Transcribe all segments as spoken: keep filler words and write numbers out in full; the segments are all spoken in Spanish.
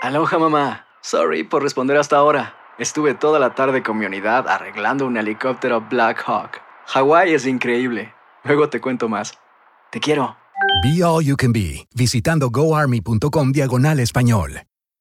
Aloha, mamá. Sorry por responder hasta ahora. Estuve toda la tarde con mi unidad arreglando un helicóptero Black Hawk. Hawái es increíble. Luego te cuento más. Te quiero. Be All You Can Be, visitando goarmy.com diagonal español.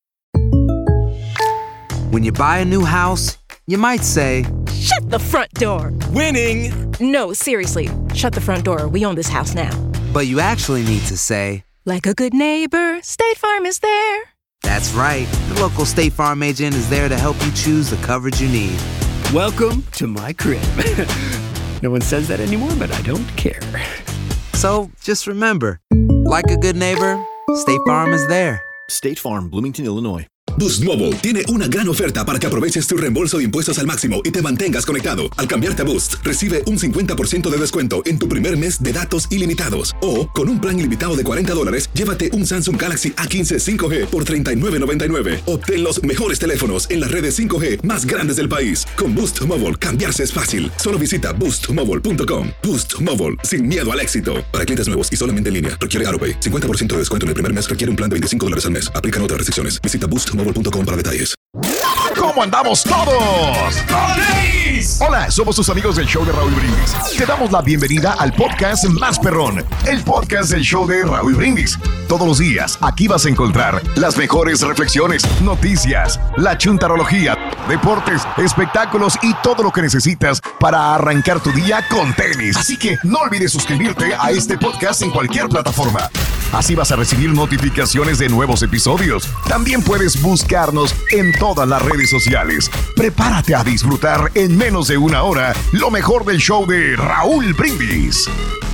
When you buy a new house, you might say, "Shut the front door!" Winning! No, seriously. Shut the front door. We own this house now. But you actually need to say, like a good neighbor, State Farm is there. That's right. The local State Farm agent is there to help you choose the coverage you need. Welcome to my crib. No one says that anymore, but I don't care. So, just remember, like a good neighbor, State Farm is there. State Farm, Bloomington, Illinois. Boost Mobile tiene una gran oferta para que aproveches tu reembolso de impuestos al máximo y te mantengas conectado. Al cambiarte a Boost, recibe un cincuenta por ciento de descuento en tu primer mes de datos ilimitados. O, con un plan ilimitado de cuarenta dólares, llévate un Samsung Galaxy A quince cinco G por treinta y nueve noventa y nueve. Obtén los mejores teléfonos en las redes cinco G más grandes del país. Con Boost Mobile, cambiarse es fácil. Solo visita boost mobile punto com. Boost Mobile, sin miedo al éxito. Para clientes nuevos y solamente en línea, requiere AutoPay. cincuenta por ciento de descuento en el primer mes requiere un plan de veinticinco dólares al mes. Aplican otras restricciones. Visita boost mobile punto com para detalles. ¿Cómo andamos todos? ¡Brindis! Hola, somos tus amigos del show de Raúl Brindis. Te damos la bienvenida al podcast más perrón, el podcast del show de Raúl Brindis. Todos los días aquí vas a encontrar las mejores reflexiones, noticias, la chuntarología, deportes, espectáculos y todo lo que necesitas para arrancar tu día con tenis. Así que no olvides suscribirte a este podcast en cualquier plataforma. Así vas a recibir notificaciones de nuevos episodios. También puedes buscarnos en todas las redes sociales. Prepárate a disfrutar en menos de una hora lo mejor del show de Raúl Brindis.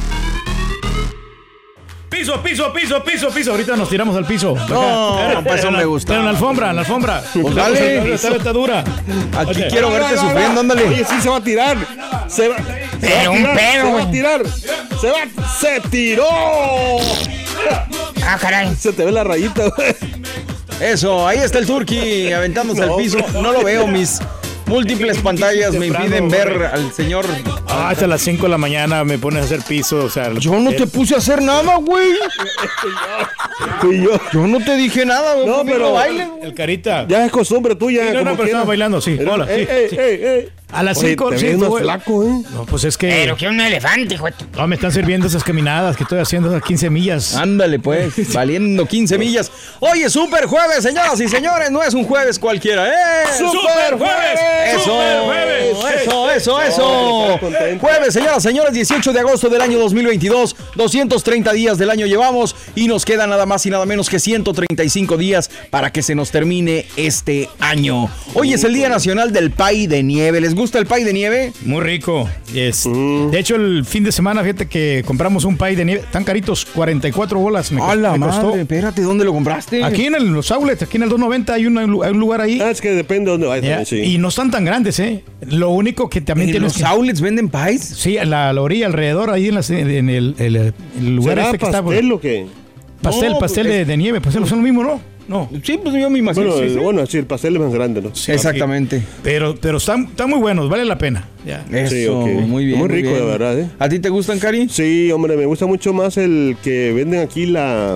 Piso, piso, piso, piso, piso. Ahorita nos tiramos al piso. No, pues eso me gusta. En la alfombra, en la alfombra. Pues dale. Está, está dura. Aquí Okay. quiero No, verte no, no, sufriendo, no. ándale. Oye, sí se va a tirar. Se va, se Pero va a un tirar, pedo, se va güey. a tirar. Se va, se tiró. Ah, caray. Se te ve la rayita, güey. Eso, ahí está el Turqui aventándose No, al piso. hombre. No lo veo, mis múltiples pantallas me Temprano, impiden ver hombre. al señor. Ah, hasta las cinco de la mañana me pones a hacer piso. O sea, Yo no te puse a hacer nada, güey. Fui yo. Yo no te dije nada, güey. No, Conmigo pero- baile. el carita. Ya es costumbre tuya. Sí, no, no, como pero quiera. estaba bailando, sí. Pero- Hola, ey, sí, ey, sí. ey, ey. A las Oye, cinco, te sí, ves más güey. flaco, ¿eh? No, pues es que. Pero que un elefante, güey. No, me están sirviendo esas caminadas que estoy haciendo, esas quince millas. Ándale, pues, valiendo quince millas. Oye, super jueves, señoras y señores, no es un jueves cualquiera, ¿eh? ¡Super jueves! Eso, ¡Super jueves! eso, eso, No, eso. estás contento. Jueves, señoras, señores, dieciocho de agosto del año dos mil veintidós, doscientos treinta días del año llevamos y nos quedan nada más y nada menos que ciento treinta y cinco días para que se nos termine este año. Hoy es el Día Nacional del Pay de Nieve. ¿Les gusta el pay de nieve? Muy rico. Es, Mm. De hecho, el fin de semana, fíjate que compramos un pay de nieve. Tan caritos, cuarenta y cuatro bolas. Me, co- ¡A la me costó. madre! Espérate, ¿dónde lo compraste? Aquí en el- los outlets, aquí en el doscientos noventa hay, una- hay un lugar ahí. Ah, es que depende de dónde vayas. Ya, también, sí. Y no están tan grandes, ¿eh? Lo único que también ¿En tienes los que... outlets venden pies? Sí, en la, la orilla, alrededor, ahí en, las- en el, el- el lugar ¿Será este que está... pastel o qué? Pastel, No, pastel pues, de, de nieve. Pastel, son lo mismo, ¿no? No. Sí, pues yo me imagino. Bueno, sí, el- sí. bueno, sí, el pastel es más grande, ¿no? Sí, Exactamente. sí. Pero, pero están, están muy buenos, vale la pena. Ya. Eso, Sí, ok. muy bien. Muy rico, bien. de verdad, ¿eh? ¿A ti te gustan, Cari? Sí, hombre, me gusta mucho más el que venden aquí la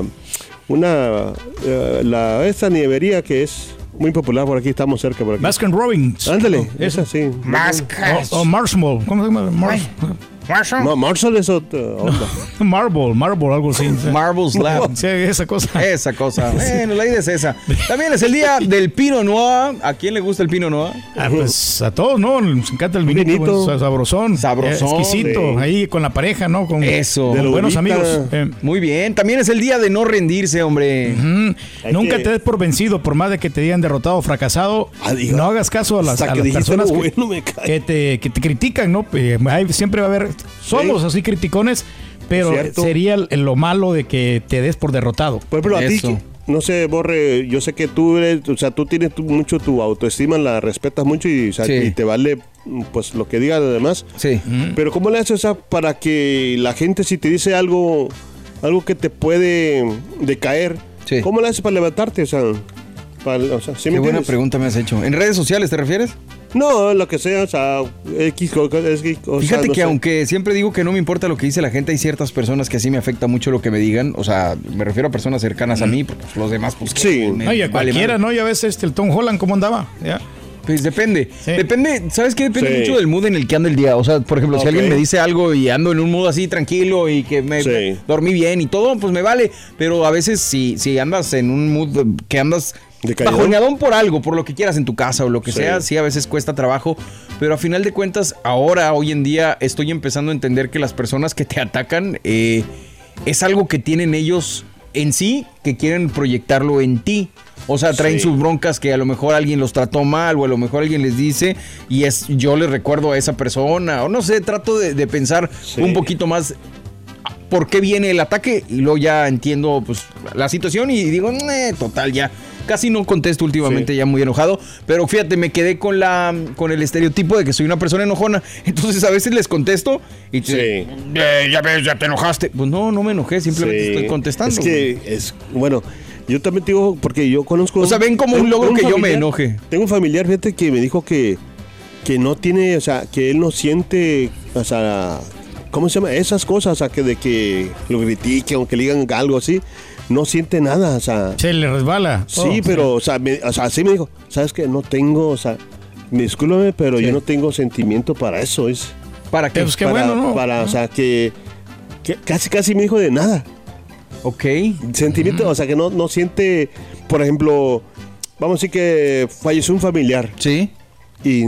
una eh, la esta nievería que es muy popular por aquí, estamos cerca por aquí. Baskin Robbins. Ándale, Oh, esa sí. Mascas. O, o Marshmallow. ¿Cómo se llama? Mars- Ma- Marshall es otra onda. Marble, Marble, algo así. Marble Slab. Sí, esa cosa. Esa cosa. Bueno, la idea es esa. También es el día del Pinot Noir. ¿A quién le gusta el Pinot Noir? Ah, pues a todos, ¿no? Nos encanta el vinito, vinito. pues, sabrosón. Sabrosón, Eh, exquisito. sí. Ahí con la pareja, ¿no? Con, Eso. con De buenos lobita. amigos. Eh, Muy bien. También es el día de no rendirse, hombre. mm, Hay Nunca que- te des por vencido, por más de que te digan derrotado o fracasado. Ah, diga. No hagas caso a las, Hasta a que las dijiste personas lo que, bueno, me cae. que te, que te critican, ¿no? Eh, hay- siempre va a haber. Somos así criticones, pero Cierto. sería el- lo malo de que te des por derrotado. Por ejemplo, a ti, Eso. que- no sé, Borre, yo sé que tú eres, o sea, tú tienes tu- mucho tu autoestima, la respetas mucho y, o sea, Sí. y te vale pues lo que digan los demás. Sí. Pero ¿cómo le haces o sea, para que la gente si te dice algo algo que te puede decaer, Sí. ¿cómo le haces para levantarte? O sea, para, o sea, ¿sí me Qué buena entiendes? pregunta me has hecho. ¿En redes sociales te refieres? No, lo que sea, o sea, X, o, es, o Fíjate sea, no que sé. aunque siempre digo que no me importa lo que dice la gente, hay ciertas personas que sí me afecta mucho lo que me digan. O sea, me refiero a personas cercanas a mí, porque los demás, pues... Sí. me Ay, a vale cualquiera, madre. ¿no? Ya ves este, el Tom Holland, ¿cómo andaba? ¿Ya? Pues depende. Sí. Depende, ¿sabes qué? Depende Sí. mucho del mood en el que anda el día. O sea, por ejemplo, si Ok. alguien me dice algo y ando en un mood así tranquilo y que me Sí. dormí bien y todo, pues me vale. Pero a veces si, si andas en un mood que andas ¿Decaído? bajoneadón por algo, por lo que quieras en tu casa o lo que Sí. sea, sí a veces cuesta trabajo. Pero a final de cuentas, ahora, hoy en día, estoy empezando a entender que las personas que te atacan eh, es algo que tienen ellos en sí, que quieren proyectarlo en ti. O sea, traen Sí. sus broncas que a lo mejor alguien los trató mal o a lo mejor alguien les dice y es yo les recuerdo a esa persona o no sé, trato de, de pensar Sí. un poquito más por qué viene el ataque y luego ya entiendo pues la situación y digo, "Nee, total, ya casi no contesto últimamente, Sí. ya muy enojado, pero fíjate, me quedé con la con el estereotipo de que soy una persona enojona, entonces a veces les contesto y te, Sí. "Eh, ya ves, ya te enojaste." Pues no, no me enojé, simplemente Sí. estoy contestando. Es que es, bueno, yo también te digo, porque yo conozco... O sea, ven como un tengo- logro tengo que yo me familiar- enoje. Tengo un familiar, fíjate, que me dijo que, que no tiene, o sea, que él no siente, o sea, ¿cómo se llama? Esas cosas, o sea, que de que lo critiquen o que le digan algo así, no siente nada, o sea... Se le resbala. Sí, todo. pero, o sea, me, o sea, así me dijo, ¿sabes qué? No tengo, o sea, discúlpame, pero Sí. yo no tengo sentimiento para eso, es... ¿Para qué? Pues qué para, bueno, ¿no? Para, o sea, que, que casi, casi me dijo de nada. Ok. Sentimiento, o sea, que no, no siente, por ejemplo, vamos a decir que falleció un familiar Sí. y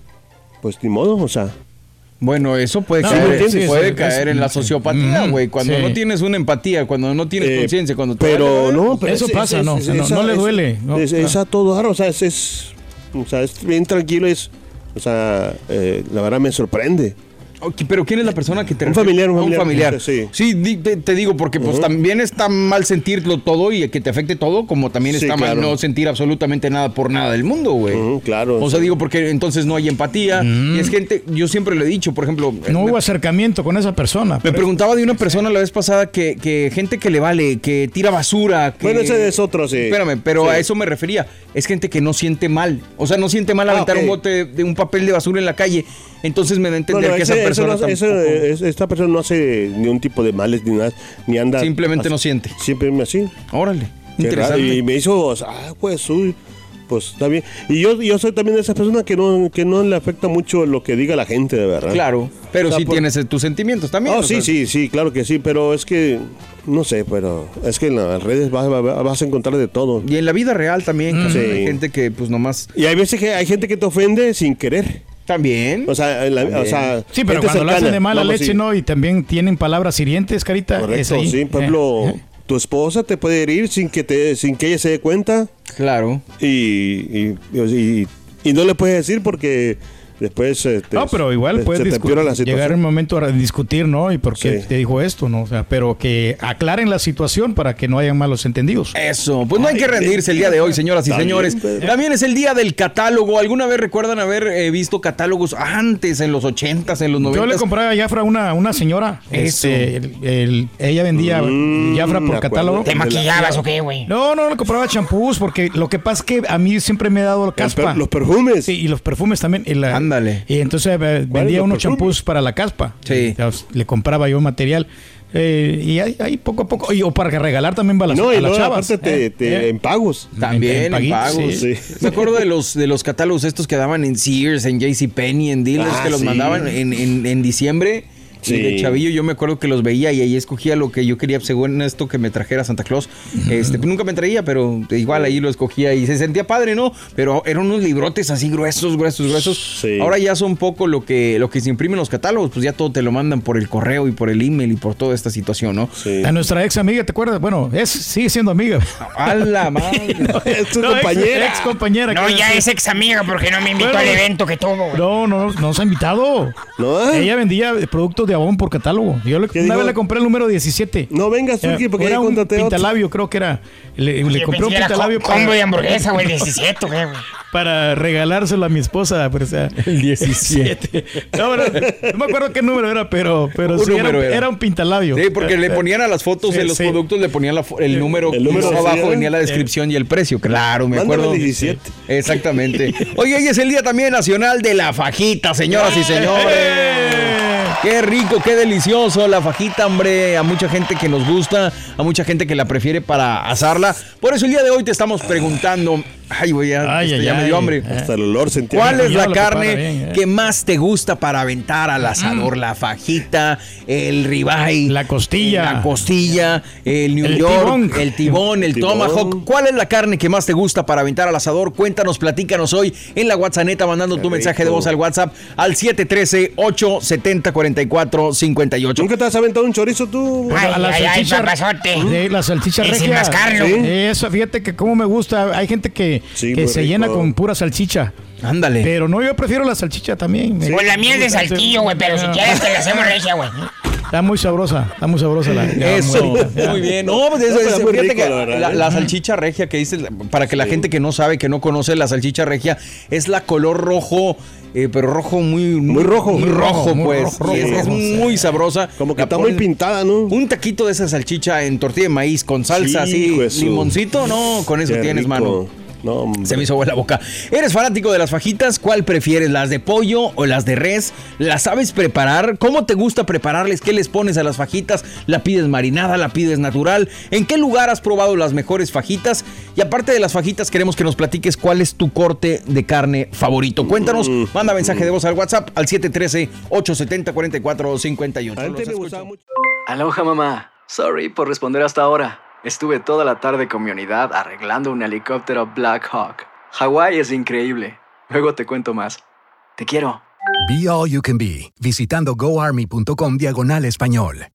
pues ni modo, o sea, Bueno, eso puede No, caer, sí, sí, puede sí, caer sí, en la sí. sociopatía, Ujú, güey. Cuando sí. no tienes una empatía, cuando no tienes eh, conciencia, cuando te pero vale, no, pero Eso pasa, ¿no? O sea, no- no le duele, ¿no? Es, es a todo dar, o sea, es, es, o sea, es bien tranquilo, es, o sea, eh, la verdad me sorprende. Ok, pero ¿quién es la persona que te Un refieres? familiar, un A familiar, sí. Sí, di- te, te digo, porque pues Ujú. también está mal sentirlo todo y que te afecte todo, como también Sí, está mal claro. no sentir absolutamente nada por nada del mundo, güey. Ujú, claro. O sea, sí. digo, porque entonces no hay empatía. Y es gente, yo siempre lo he dicho, por ejemplo... No me- hubo acercamiento con esa persona. Me pero- preguntaba de una persona la vez pasada que, que gente que le vale, que tira basura. Que... Bueno, ese es otro, sí. Espérame, pero Sí. a eso me refería. Es gente que no siente mal. O sea, no siente mal Ah, aventar ok. un bote de un papel de basura en la calle. Entonces me da a No, entender no, que ese- esa eso persona no- eso, tampoco- es- esta persona no hace ni un tipo de males ni nada, ni anda. Simplemente así- no siente. Simplemente así. Órale, Qué raro, interesante. y me hizo, o sea, ah, pues, uy, pues está bien. Y yo, yo soy también de esas personas que no, que no le afecta mucho lo que diga la gente, de verdad. Claro, pero O sea, sí por- tienes eh, tus sentimientos también. Oh, o sí, sea, sí, sí, claro que sí, pero es que, no sé, pero es que en las redes vas, vas- vas a encontrar de todo. Y en la vida real también, cabrón, Sí. hay gente que pues nomás... Y hay veces que hay gente que te ofende sin querer. También. O sea, en la- o sea Sí, pero gente cuando lo hacen cercana, de mala vamos, leche, sí. ¿no? Y también tienen palabras hirientes, Carita. es Correcto, ahí. sí. Por Eh, ejemplo, eh. tu esposa te puede herir sin que te, sin que ella se dé cuenta. Claro. Y, y, y, y no le puedes decir porque después eh, te, No, pero igual te- puedes se te discu- empeora la llegar situación. un momento a discutir, ¿no? Y por qué Sí. te dijo esto, ¿no? O sea, pero que aclaren la situación para que no haya malos entendidos. Eso, pues no hay que rendirse el día de hoy, señoras y Está señores. bien, pero- También es el día del catálogo. ¿Alguna vez recuerdan haber eh, visto catálogos antes, en los ochentas, en los Yo le noventas? compraba a Jafra una, una señora. Eso. Este, el- el- ella vendía Mm, Jafra me por acuerdo. catálogo. ¿Te maquillabas o qué, güey? No, no, le compraba champús porque lo que pasa es que a mí siempre me ha dado Los caspa. per- los perfumes. Sí, y los perfumes también. Y la- Ándale. Y entonces eh, vendía los unos perfumes? champús para la caspa. Sí. Entonces, le compraba yo material. Eh, y ahí, ahí poco a poco. Y, o para regalar también para las, No, a y las luego chavas. aparte te, eh, te- eh. en pagos. También en, paguitos, pagos. sí. Sí. Me acuerdo de los de los catálogos estos que daban en Sears, en JCPenney, en dealers Ah, que los sí. mandaban en, en, en diciembre. Y Sí. de chavillo yo me acuerdo que los veía y ahí escogía lo que yo quería, según esto que me trajera Santa Claus. Este, pues nunca me traía, pero igual ahí lo escogía y se sentía padre, ¿no? Pero eran unos librotes así gruesos, gruesos, gruesos. Sí. Ahora ya son poco lo que, lo que se imprime en los catálogos, pues ya todo te lo mandan por el correo y por el email y por toda esta situación, ¿no? Sí. A nuestra ex amiga, ¿te acuerdas? Bueno, es, sigue siendo amiga. A la madre. Es tu No, ex- compañera. Ex, compañera. No, ya es ex amiga porque no me invitó Bueno. al evento que tuvo, güey. No, no, no nos ha invitado. ¿No? Ella vendía productos de Jabón por catálogo. Yo le, una dijo? vez le compré el número diecisiete. No vengas, Turki, porque era ya un contraté otro. pintalabio, creo que era. Le, le compré un pintalabio para... Combo de hamburguesa, güey, diecisiete, güey. Para regalárselo a mi esposa, pero, o sea, el diecisiete. No, pero, no me acuerdo qué número era, pero, pero sí, era, era. era un pintalabio. Sí, porque le ponían a las fotos sí, de los sí. productos, le ponían la, el número, el número y abajo sí, venía la descripción sí. y el precio. Claro, me acuerdo. diecisiete. Sí, exactamente. Oye, hoy es el día también nacional de la fajita, señoras y señores. Qué rico, qué delicioso la fajita, hombre. A mucha gente que nos gusta, a mucha gente que la prefiere para asarla. Por eso el día de hoy te estamos preguntando. Ay, güey, ya, ay, este, ay, ya ay, me dio hambre. Hasta el olor sentía. ¿Cuál es la carne bien, eh? que más te gusta para aventar al asador? Mm. La fajita, el ribeye, la costilla, la costilla, el New el York, tibón. el tibón, el tibón. tomahawk. ¿Cuál es la carne que más te gusta para aventar al asador? Cuéntanos, platícanos hoy en la WhatsApp, mandando Qué tu rico. mensaje de voz al WhatsApp al siete uno tres, ocho siete cero, cuatro cuatro cinco ocho. ¿Nunca te has aventado un chorizo tú? Ay, a la ay, salchicha, ay, papazote. De la salchicha y regia. sin mascarlo. ¿Sí? Eso, fíjate que como me gusta. Hay gente que, sí, que se rico. llena con pura salchicha. Ándale. Pero no, yo prefiero la salchicha también. Sí. Pues la miel de saltillo, güey, pero si quieres te la hacemos regia, güey. Está muy sabrosa, está muy sabrosa la. Eso, muy, muy bien. No, pues eso, no, es, muy fíjate rico, que la, verdad, la, ¿eh? la salchicha regia que dices, para que sí. la gente que no sabe, que no conoce la salchicha regia, es la color rojo. Eh, pero rojo, muy, muy, muy rojo. Muy rojo, muy pues. Rojo, rojo, es, rojo, es muy sabrosa. Como que la está ponen, muy pintada, ¿no? Un taquito de esa salchicha en tortilla de maíz con salsa, sí, así, limoncito, no, con eso Qué tienes, rico. mano. No, se me hizo agua la boca. ¿Eres fanático de las fajitas? ¿Cuál prefieres? ¿Las de pollo o las de res? ¿Las sabes preparar? ¿Cómo te gusta prepararles? ¿Qué les pones a las fajitas? ¿La pides marinada? ¿La pides natural? ¿En qué lugar has probado las mejores fajitas? Y aparte de las fajitas, queremos que nos platiques cuál es tu corte de carne favorito. Cuéntanos, manda mensaje de voz al WhatsApp al siete uno tres, ocho siete cero, cuatro cuatro cinco ocho. Antes me gustaba mucho. Aloha, mamá. Sorry por responder hasta ahora. Estuve toda la tarde con mi unidad arreglando un helicóptero Black Hawk. Hawái es increíble. Luego te cuento más. Te quiero. Be All You Can Be, visitando goarmy.com diagonal español.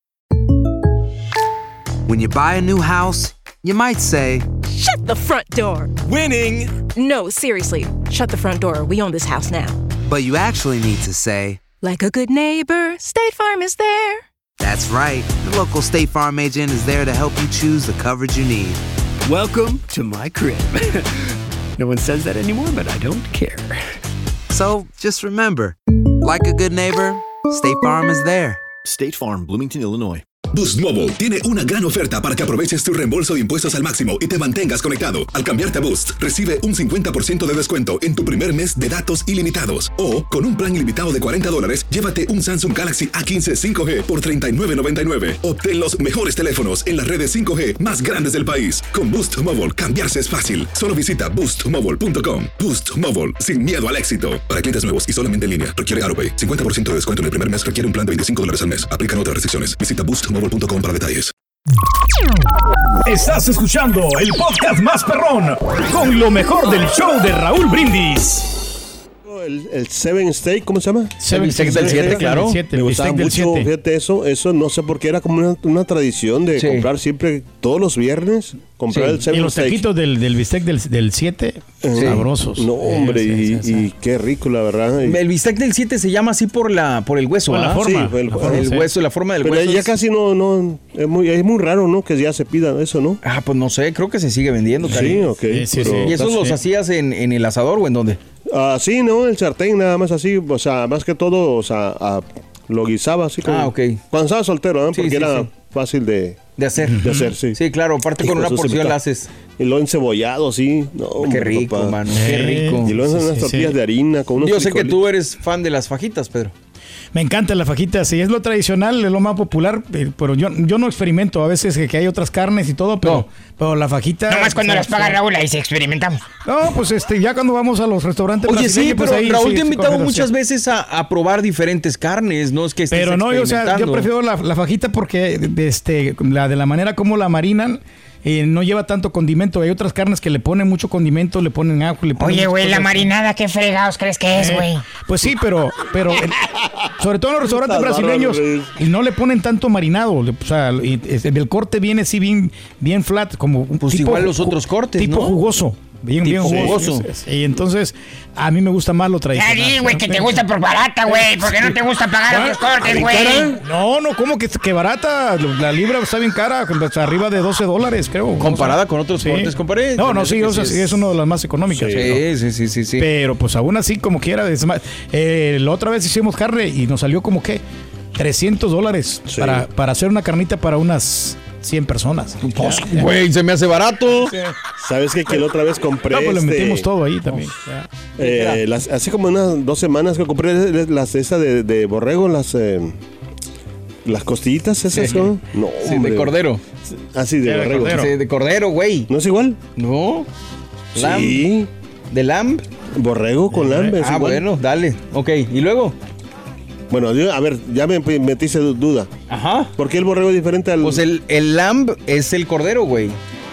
When you buy a new house, you might say, "Shut the front door." Winning! No, seriously. Shut the front door. We own this house now. But you actually need to say, like a good neighbor, State Farm is there. That's right. The local State Farm agent is there to help you choose the coverage you need. Welcome to my crib. No one says that anymore, but I don't care. So just remember, like a good neighbor, State Farm is there. State Farm, Bloomington, Illinois. Boost Mobile tiene una gran oferta para que aproveches tu reembolso de impuestos al máximo y te mantengas conectado. Al cambiarte a Boost, recibe un cincuenta por ciento de descuento en tu primer mes de datos ilimitados. O, con un plan ilimitado de cuarenta dólares, llévate un Samsung Galaxy A quince cinco G por treinta y nueve noventa y nueve. Obtén los mejores teléfonos en las redes cinco G más grandes del país. Con Boost Mobile, cambiarse es fácil. Solo visita boost mobile punto com. Boost Mobile, sin miedo al éxito. Para clientes nuevos y solamente en línea, requiere AutoPay. cincuenta por ciento de descuento en el primer mes requiere un plan de veinticinco dólares al mes. Aplican otras restricciones. Visita boost mobile punto com para detalles. Estás escuchando el podcast más perrón con lo mejor del show de Raúl Brindis. El, el Seven Steak, ¿cómo se llama? Seven Steak del siete, claro. Me gustaba mucho, fíjate eso, eso no sé por qué era como una, una tradición de sí. comprar siempre todos los viernes, comprar sí. el Seven Steak. Y los taquitos del, del bistec del siete, sí. sabrosos. No, hombre, sí, sí, sí, y, y qué rico, la verdad. El bistec del siete se llama así por la por el hueso, por la forma. Sí, el, la forma, el sí. hueso, la forma del Pero hueso. ya es... casi no, no, es muy, es muy raro, ¿no? Que ya se pida eso, ¿no? Ah, pues no sé, creo que se sigue vendiendo, cariño. Sí, ok. Sí, sí, sí. ¿Y esos los hacías en, en el asador o en dónde? Ah, sí, no, el sartén nada más así, o sea, más que todo, o sea, a, lo guisaba así como... Ah, ok. Cuando estaba soltero, ¿no? Sí, Porque sí, era sí. fácil de... De hacer. De hacer, sí. Sí, claro, aparte Hijo, con una eso porción se la haces. Y luego encebollado, sí. No, qué rico, papá. mano, qué rico. Y luego en Sí, unas sí, tortillas sí. de harina con unos Yo sé que frijolitos. tú eres fan de las fajitas, Pedro. Me encanta la fajita, sí, es lo tradicional, es lo más popular, pero yo, yo no experimento, a veces que, que hay otras carnes y todo, pero, No. pero la fajita... Nomás cuando o sea, las paga Raúl, ahí sí experimentamos. No, pues este, ya cuando vamos a los restaurantes Oye, sí, brasileños, pues pero ahí Raúl sí, te ha sí, invitado comemos, muchas sí. veces a, a probar diferentes carnes, ¿no? Es que estés Pero no, yo, o sea, yo experimentando. prefiero la, la fajita porque de, este, la, de la manera como la marinan, eh, no lleva tanto condimento. Hay otras carnes que le ponen mucho condimento, le ponen ajo, le ponen... Oye, muchas güey, la cosas. marinada, ¿qué fregados crees que es, Eh, güey? Pues sí, pero, pero eh, sobre todo en los restaurantes Está brasileños bárbaro, y no le ponen tanto marinado, le- o sea, y, es- el corte viene así bien, bien flat, como un Pues tipo igual los ju- otros cortes, tipo ¿no? jugoso, bien, bien jugoso. Y entonces, a mí me gusta más lo tradicional. Ya di, güey, que te gusta por barata, güey. ¿Por qué no te gusta pagar otros cortes, güey? No, no, ¿cómo que, que barata? La libra está bien cara, arriba de doce dólares, creo. Comparada con otros sí. cortes, compadre. No, no, sí, o sea, sí, es una de las más económicas. Sí, ¿no? sí, sí, sí, sí. Pero pues aún así, como quiera. Es más, eh, la otra vez hicimos carne y nos salió como que trescientos dólares sí. para, para hacer una carnita para unas cien personas. Pues, güey, se me hace barato. Sí. ¿Sabes qué? Que la otra vez compré. No, pues este, le metimos todo ahí también. Eh, las, hace como unas dos semanas que compré las esas de, de borrego, las eh, las costillitas esas, sí. ¿no? No, sí, de cordero. Ah, sí, de sí, borrego. De cordero. Sí, de cordero, güey. ¿No es igual? No. Lamb. Sí. ¿De lamb? Borrego con lamb. Ah, igual. Bueno, dale. Ok, ¿y luego? Bueno, a ver, ya me metiste duda. Ajá. ¿Por qué el borrego es diferente al...? Pues el, el lamb es el cordero, güey.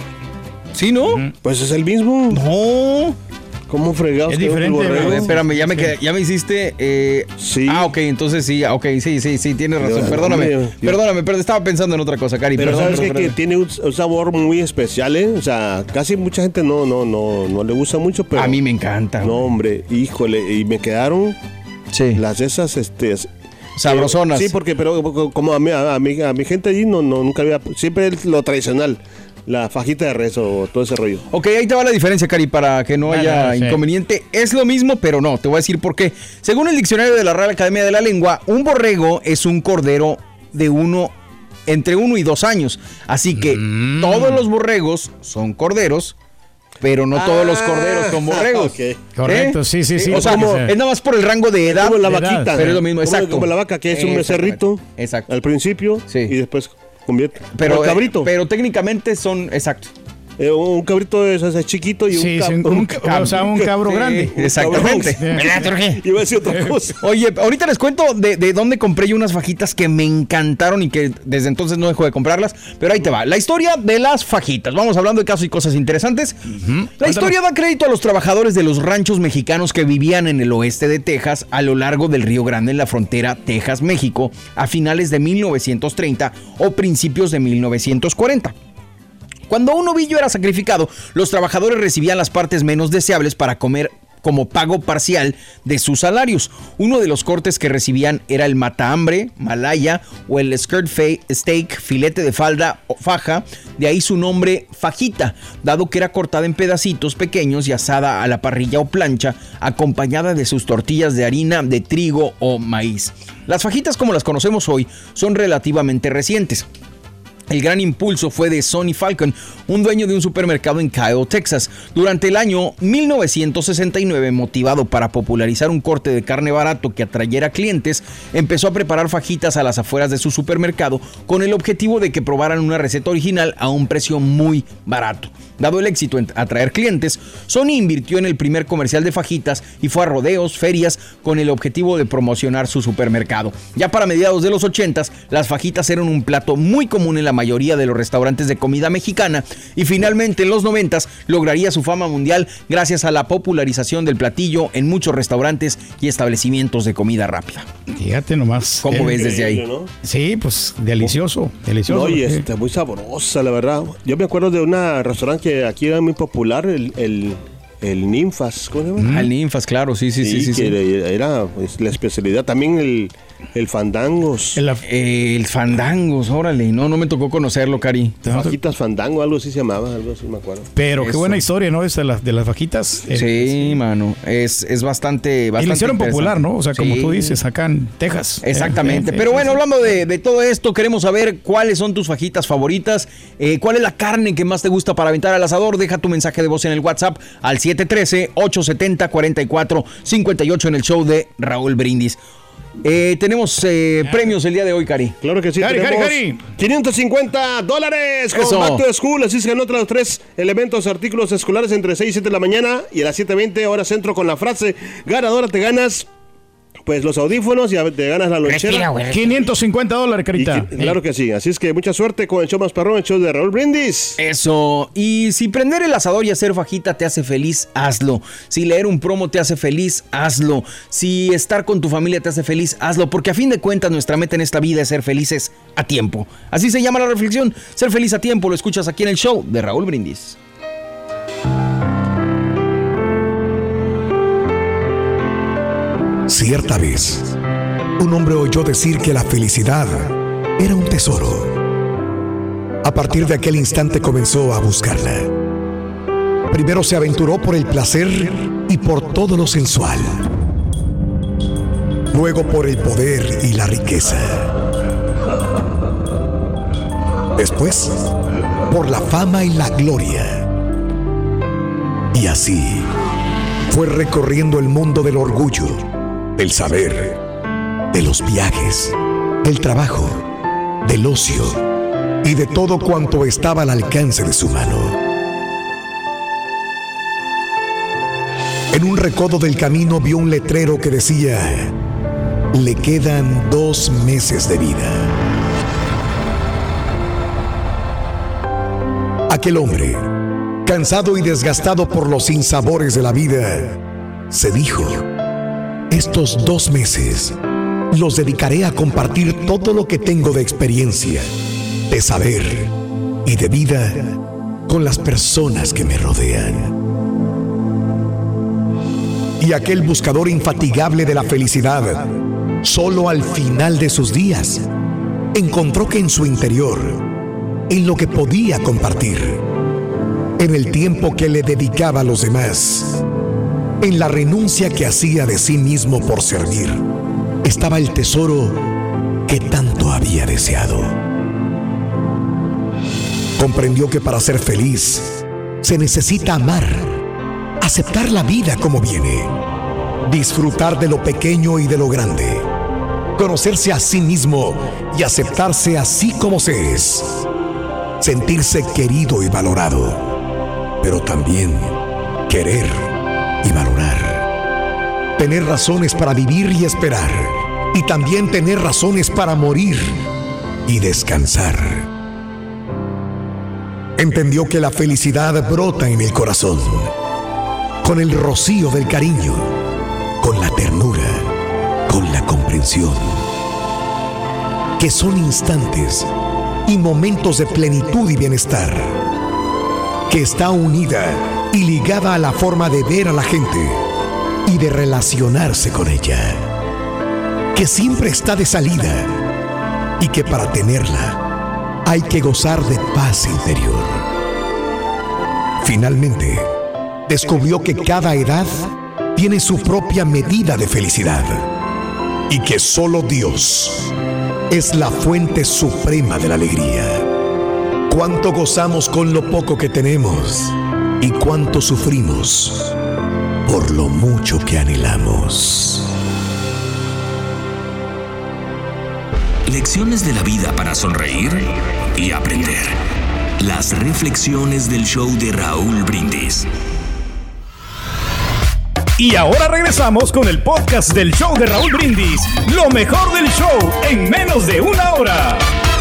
¿Sí, no? Uh-huh. Pues es el mismo. No. ¿Cómo fregados? Es diferente. El borrego? Espérame, ya me, quedé, ya me hiciste... Eh... Sí. Ah, ok, entonces sí, ok, sí, sí, sí, tienes razón. Yo, perdóname, yo, yo. perdóname, pero estaba pensando en otra cosa, Cari. Pero perdón, sabes perdón, que, que tiene un, un sabor muy especial, ¿eh? O sea, casi mucha gente no, no, no, no le gusta mucho, pero... A mí me encanta. No, hombre, híjole, y me quedaron... Sí. Las esas, este... sabrosonas. Sí, porque pero como a mi, a mi, a mi gente allí no, no nunca había, siempre es lo tradicional, la fajita de res o todo ese rollo. Ok, ahí te va la diferencia, Cari, para que no haya ah, sí. inconveniente. Es lo mismo, pero no, te voy a decir por qué. Según el diccionario de la Real Academia de la Lengua, un borrego es un cordero de uno, entre uno y dos años. Así que mm. todos los borregos son corderos, pero no ah, todos los corderos son borregos. Okay. Correcto, ¿eh? sí, sí, sí. O sea, como, es nada más por el rango de edad. Como la de vaquita. Edad, pero es lo mismo, como, exacto. Como la vaca, que es un becerrito. Exacto. Al principio sí. y después convierte. Pero el cabrito. Eh, pero técnicamente son, exacto. Eh, un cabrito es, es chiquito y sí, un, sí, un, un, cab- o sea, un cabro sí, grande. Exactamente. Iba a decir otra cosa. Oye, ahorita les cuento de, de dónde compré yo unas fajitas que me encantaron y que desde entonces no dejo de comprarlas. Pero ahí te va. La historia de las fajitas. Vamos hablando de casos y cosas interesantes. Uh-huh. La historia da crédito a los trabajadores de los ranchos mexicanos que vivían en el oeste de Texas a lo largo del Río Grande en la frontera Texas-México a finales de mil novecientos treinta o principios de mil novecientos cuarenta. Cuando un novillo era sacrificado, los trabajadores recibían las partes menos deseables para comer como pago parcial de sus salarios. Uno de los cortes que recibían era el matahambre, malaya o el skirt steak, filete de falda o faja, de ahí su nombre fajita, dado que era cortada en pedacitos pequeños y asada a la parrilla o plancha, acompañada de sus tortillas de harina, de trigo o maíz. Las fajitas como las conocemos hoy son relativamente recientes. El gran impulso fue de Sonny Falcon, un dueño de un supermercado en Kyle, Texas. Durante el año mil novecientos sesenta y nueve, motivado para popularizar un corte de carne barato que atrayera clientes, empezó a preparar fajitas a las afueras de su supermercado con el objetivo de que probaran una receta original a un precio muy barato. Dado el éxito en atraer clientes, Sony invirtió en el primer comercial de fajitas y fue a rodeos, ferias, con el objetivo de promocionar su supermercado. Ya para mediados de los ochentas, las fajitas eran un plato muy común en la mayoría de los restaurantes de comida mexicana y finalmente en los noventas lograría su fama mundial gracias a la popularización del platillo en muchos restaurantes y establecimientos de comida rápida. Fíjate nomás. ¿Cómo el, ves desde ahí? ¿No? Sí, pues delicioso, delicioso. No, y está muy sabrosa, la verdad. Yo me acuerdo de un restaurante que aquí era muy popular, el... el... El Ninfas, ¿cómo se llama? Mm. El Ninfas, claro, sí, sí, sí. sí, sí, sí. Era pues, la especialidad. También el, el Fandangos. El, el Fandangos, órale. No, no me tocó conocerlo, Cari. Fajitas Fandango, algo así se llamaba, algo así me acuerdo. Pero Eso. Qué buena historia, ¿no? Esta de las, de las fajitas. Sí, sí, mano. Es, es bastante, bastante. Y lo hicieron popular, ¿no? O sea, como sí. tú dices, acá en Texas. Exactamente. Eh, eh, Pero eh, bueno, sí. hablando de, de todo esto, queremos saber cuáles son tus fajitas favoritas. Eh, ¿Cuál es la carne que más te gusta para aventar al asador? Deja tu mensaje de voz en el WhatsApp al siete uno tres, ocho siete cero, cuatro cuatro cinco ocho en el show de Raúl Brindis. Eh, tenemos eh, premios el día de hoy, Cari. Claro que sí. Cari, tenemos Cari, Cari. quinientos cincuenta dólares con Eso. Back to School. Así se ganó otros tres elementos, artículos escolares entre seis y siete de la mañana y a las siete veinte hora centro con la frase ganadora te ganas. Pues los audífonos y te ganas la lonchera. quinientos cincuenta dólares, Carita. Y, claro que sí. Así es que mucha suerte con el show más perrón, el show de Raúl Brindis. Eso. Y si prender el asador y hacer fajita te hace feliz, hazlo. Si leer un promo te hace feliz, hazlo. Si estar con tu familia te hace feliz, hazlo. Porque a fin de cuentas nuestra meta en esta vida es ser felices a tiempo. Así se llama la reflexión. Ser feliz a tiempo. Lo escuchas aquí en el show de Raúl Brindis. Cierta vez, un hombre oyó decir que la felicidad era un tesoro. A partir de aquel instante comenzó a buscarla. Primero se aventuró por el placer y por todo lo sensual. Luego por el poder y la riqueza. Después, por la fama y la gloria. Y así, fue recorriendo el mundo del orgullo, del saber, de los viajes, del trabajo, del ocio y de todo cuanto estaba al alcance de su mano. En un recodo del camino vio un letrero que decía: le quedan dos meses de vida. Aquel hombre, cansado y desgastado por los sinsabores de la vida, se dijo: estos dos meses los dedicaré a compartir todo lo que tengo de experiencia, de saber y de vida con las personas que me rodean. Y aquel buscador infatigable de la felicidad, solo al final de sus días, encontró que en su interior, en lo que podía compartir, en el tiempo que le dedicaba a los demás, en la renuncia que hacía de sí mismo por servir, estaba el tesoro que tanto había deseado. Comprendió que para ser feliz se necesita amar, aceptar la vida como viene, disfrutar de lo pequeño y de lo grande, conocerse a sí mismo y aceptarse así como se es, sentirse querido y valorado, pero también querer y valorar, tener razones para vivir y esperar, y también tener razones para morir y descansar. Entendió que la felicidad brota en el corazón, con el rocío del cariño, con la ternura, con la comprensión, que son instantes y momentos de plenitud y bienestar, que está unida y ligada a la forma de ver a la gente y de relacionarse con ella, que siempre está de salida y que para tenerla hay que gozar de paz interior. Finalmente, descubrió que cada edad tiene su propia medida de felicidad y que solo Dios es la fuente suprema de la alegría. Cuánto gozamos con lo poco que tenemos y cuánto sufrimos por lo mucho que anhelamos. Lecciones de la vida para sonreír y aprender. Las reflexiones del show de Raúl Brindis. Y ahora regresamos con el podcast del show de Raúl Brindis. Lo mejor del show en menos de una hora.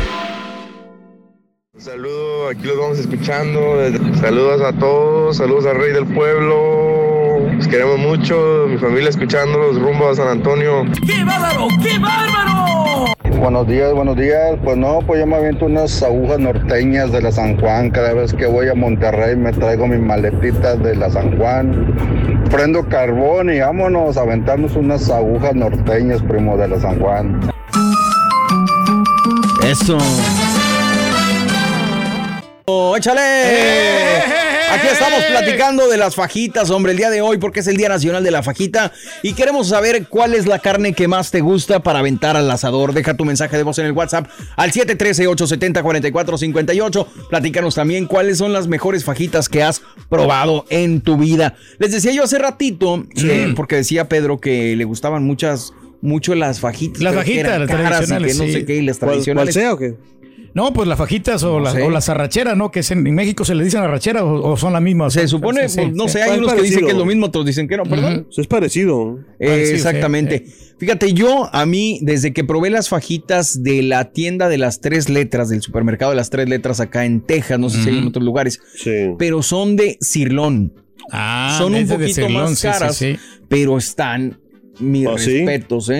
Saludos, aquí los vamos escuchando. Saludos a todos, saludos al Rey del Pueblo. Los queremos mucho, mi familia escuchándolos rumbo a San Antonio. ¡Qué bárbaro! ¡Qué bárbaro! Buenos días, buenos días. Pues no, pues yo me aviento unas agujas norteñas de la San Juan. Cada vez que voy a Monterrey me traigo mis maletitas de la San Juan. Prendo carbón y vámonos a aventarnos unas agujas norteñas, primo, de la San Juan. Eso. Oh, ¡échale! ¡Eh! Aquí estamos platicando de las fajitas, hombre, el día de hoy, porque es el Día Nacional de la Fajita y queremos saber cuál es la carne que más te gusta para aventar al asador. Deja tu mensaje de voz en el WhatsApp al siete uno tres, ocho siete cero, cuatro cuatro cinco ocho. Platícanos también cuáles son las mejores fajitas que has probado en tu vida. Les decía yo hace ratito, sí. eh, porque decía Pedro que le gustaban muchas, mucho las fajitas. Las fajitas, las tradicionales, y que no sí. sé qué, y las tradicionales. ¿Cuál sea o qué? No, pues las fajitas o, no las, sé. o las arracheras, ¿no? Que es en, en México se le dicen arracheras o, o son las mismas. Se supone, sí, pues, no sí. sé, hay unos que dicen que es lo mismo, otros dicen que no, perdón. Eso es parecido. Eh, Parecido, exactamente. sí, sí. Fíjate, yo a mí, desde que probé las fajitas de la tienda de las tres letras, del supermercado de las tres letras acá en Texas, no sé uh-huh. si hay en otros lugares, sí. pero son de cirlón. Ah, son un poquito cirlón, más caras, sí, sí, sí. pero están, mis ¿Oh, respetos, sí? ¿eh?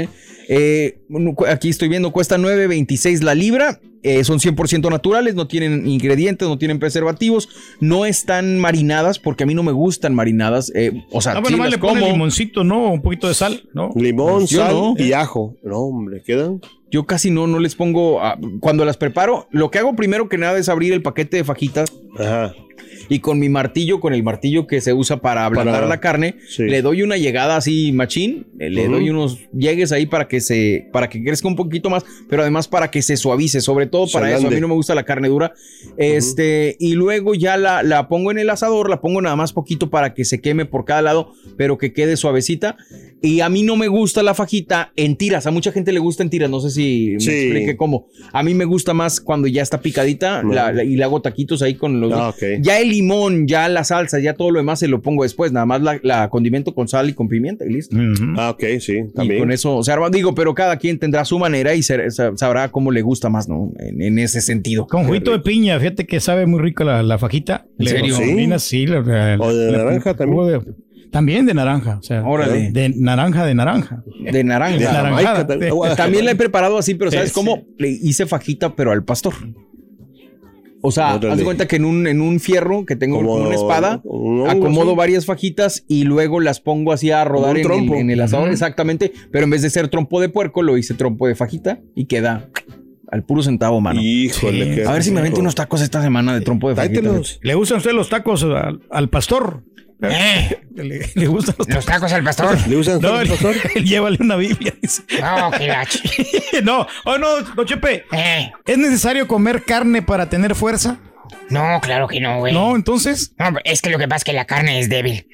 Eh, aquí estoy viendo, cuesta nueve veintiséis la libra. Eh, son cien por ciento naturales, no tienen ingredientes, no tienen preservativos, no están marinadas porque a mí no me gustan marinadas. Eh, o sea, ah, bueno, sí le las pone como. limoncito, ¿no? Un poquito de sal, ¿no? Limón, Yo sal no. y ajo. No, hombre, ¿quedan? Yo casi no, no les pongo. A, cuando las preparo, lo que hago primero que nada es abrir el paquete de fajitas. Ajá. Y con mi martillo, con el martillo que se usa para ablandar Para- la carne, sí. le doy una llegada así machín, eh, le Ujú. doy unos llegues ahí para que se, para que crezca un poquito más, pero además para que se suavice, sobre todo Se para eso. A ablande. mí no me gusta la carne dura. Este, y luego ya la, la pongo en el asador, la pongo nada más poquito para que se queme por cada lado, pero que quede suavecita. Y a mí no me gusta la fajita en tiras. A mucha gente le gusta en tiras. No sé si me Sí. explique cómo. A mí me gusta más cuando ya está picadita No. la- la- y le hago taquitos ahí con los. Ah, ok. Ya el limón, ya la salsa, ya todo lo demás se lo pongo después. Nada más la, la condimento con sal y con pimienta y listo. Ah, ok, sí, Y también. con eso, o sea, digo, pero cada quien tendrá su manera y ser- sa- sabrá cómo le gusta más, ¿no? En, en ese sentido. Con juguito de piña, fíjate que sabe muy rico la, la fajita. ¿En Le serio? combinas, sí. la- la- O de la- naranja también. jugo de- también de naranja. O sea, Órale. De naranja, de naranja. De naranja. De naranjada. también. Sí. También la he preparado así, pero ¿sabes Sí, cómo? Le hice fajita, pero al pastor. O sea, Órale. haz de cuenta que en un, en un fierro que tengo Como con una espada, un hongo, acomodo sí. varias fajitas y luego las pongo así a rodar un en el, trompo. en el asador, Ujú. exactamente. Pero en vez de ser trompo de puerco, lo hice trompo de fajita y queda al puro centavo, mano. Híjole, Sí. qué A ver si me avento rico. unos tacos esta semana de trompo de fajita. Tráetelos. ¿Le gustan a usted los tacos al, al pastor? Eh, ¿Le, le gustan los los tacos al pastor. ¿Le usan No, al pastor? él- llévale una Biblia. Dice. No, que la ch- No, oh no, no, Chepe. Eh, ¿Es necesario comer carne para tener fuerza? no, claro que no, güey. No, entonces. No, es que lo que pasa es que la carne es débil.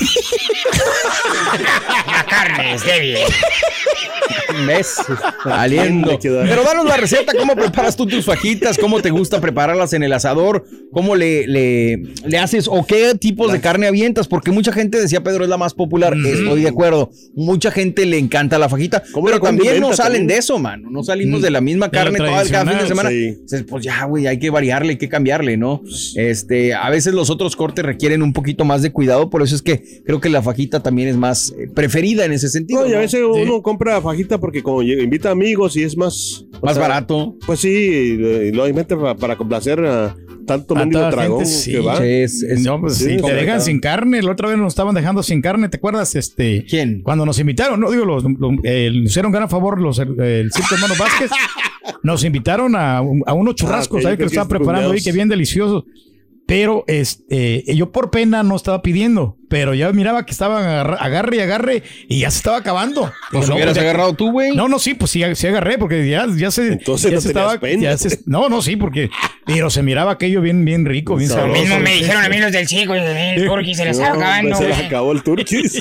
La carne es débil. ¿Ves? Saliendo. Le quedó- Pero danos la receta, cómo preparas tú tus fajitas, cómo te gusta prepararlas en el asador, cómo le, le, le haces o qué tipos de carne avientas, porque mucha gente decía Pedro es la más popular, estoy de acuerdo, mucha gente le encanta la fajita, ¿Cómo pero la también no condimenta salen también? de eso, mano, no salimos de la misma De la carne todo el cada fin de semana. tradicional, sí. Dices, pues ya, güey, hay que variarle, hay que cambiarle, ¿no? Este, a veces los otros cortes requieren un poquito más de cuidado, por eso es que creo que la fajita también es más eh, preferida en ese sentido. No, y a ¿no? veces uno compra fajita porque como lle- invita amigos y es más... o Más sea, barato. Pues sí, y lo mete para, para complacer a tanto A mendigo toda la dragón gente, sí. que va. Sí, es- es- No, pues sí, sí, te complicado. dejan sin carne. La otra vez nos estaban dejando sin carne, ¿te acuerdas? Este, ¿Quién? Cuando nos invitaron, no digo, los, los- eh, nos hicieron gran favor los, el, el Circo Hermano Vázquez. Nos invitaron a, un- a unos churrascos, Ah, ok, ¿sabes? yo Que lo creo estaban que preparando ahí, cuñados. que bien deliciosos. Pero este, yo por pena no estaba pidiendo, pero ya miraba que estaban agarra- agarre y agarre y ya se estaba acabando. Pues Dije, no, hubieras pues ya- agarrado tú, güey. No, no, sí, pues sí, sí agarré, porque ya, ya se. Entonces ya no se tenías estaba. pena. ya se- no, no, sí, porque. Pero se miraba aquello bien, bien rico, bien Lo sabroso. mismo me Sí, dijeron sí. a mí los del circo. El turqui se les estaba No, acabando, pues se les güey. acabó el turquís.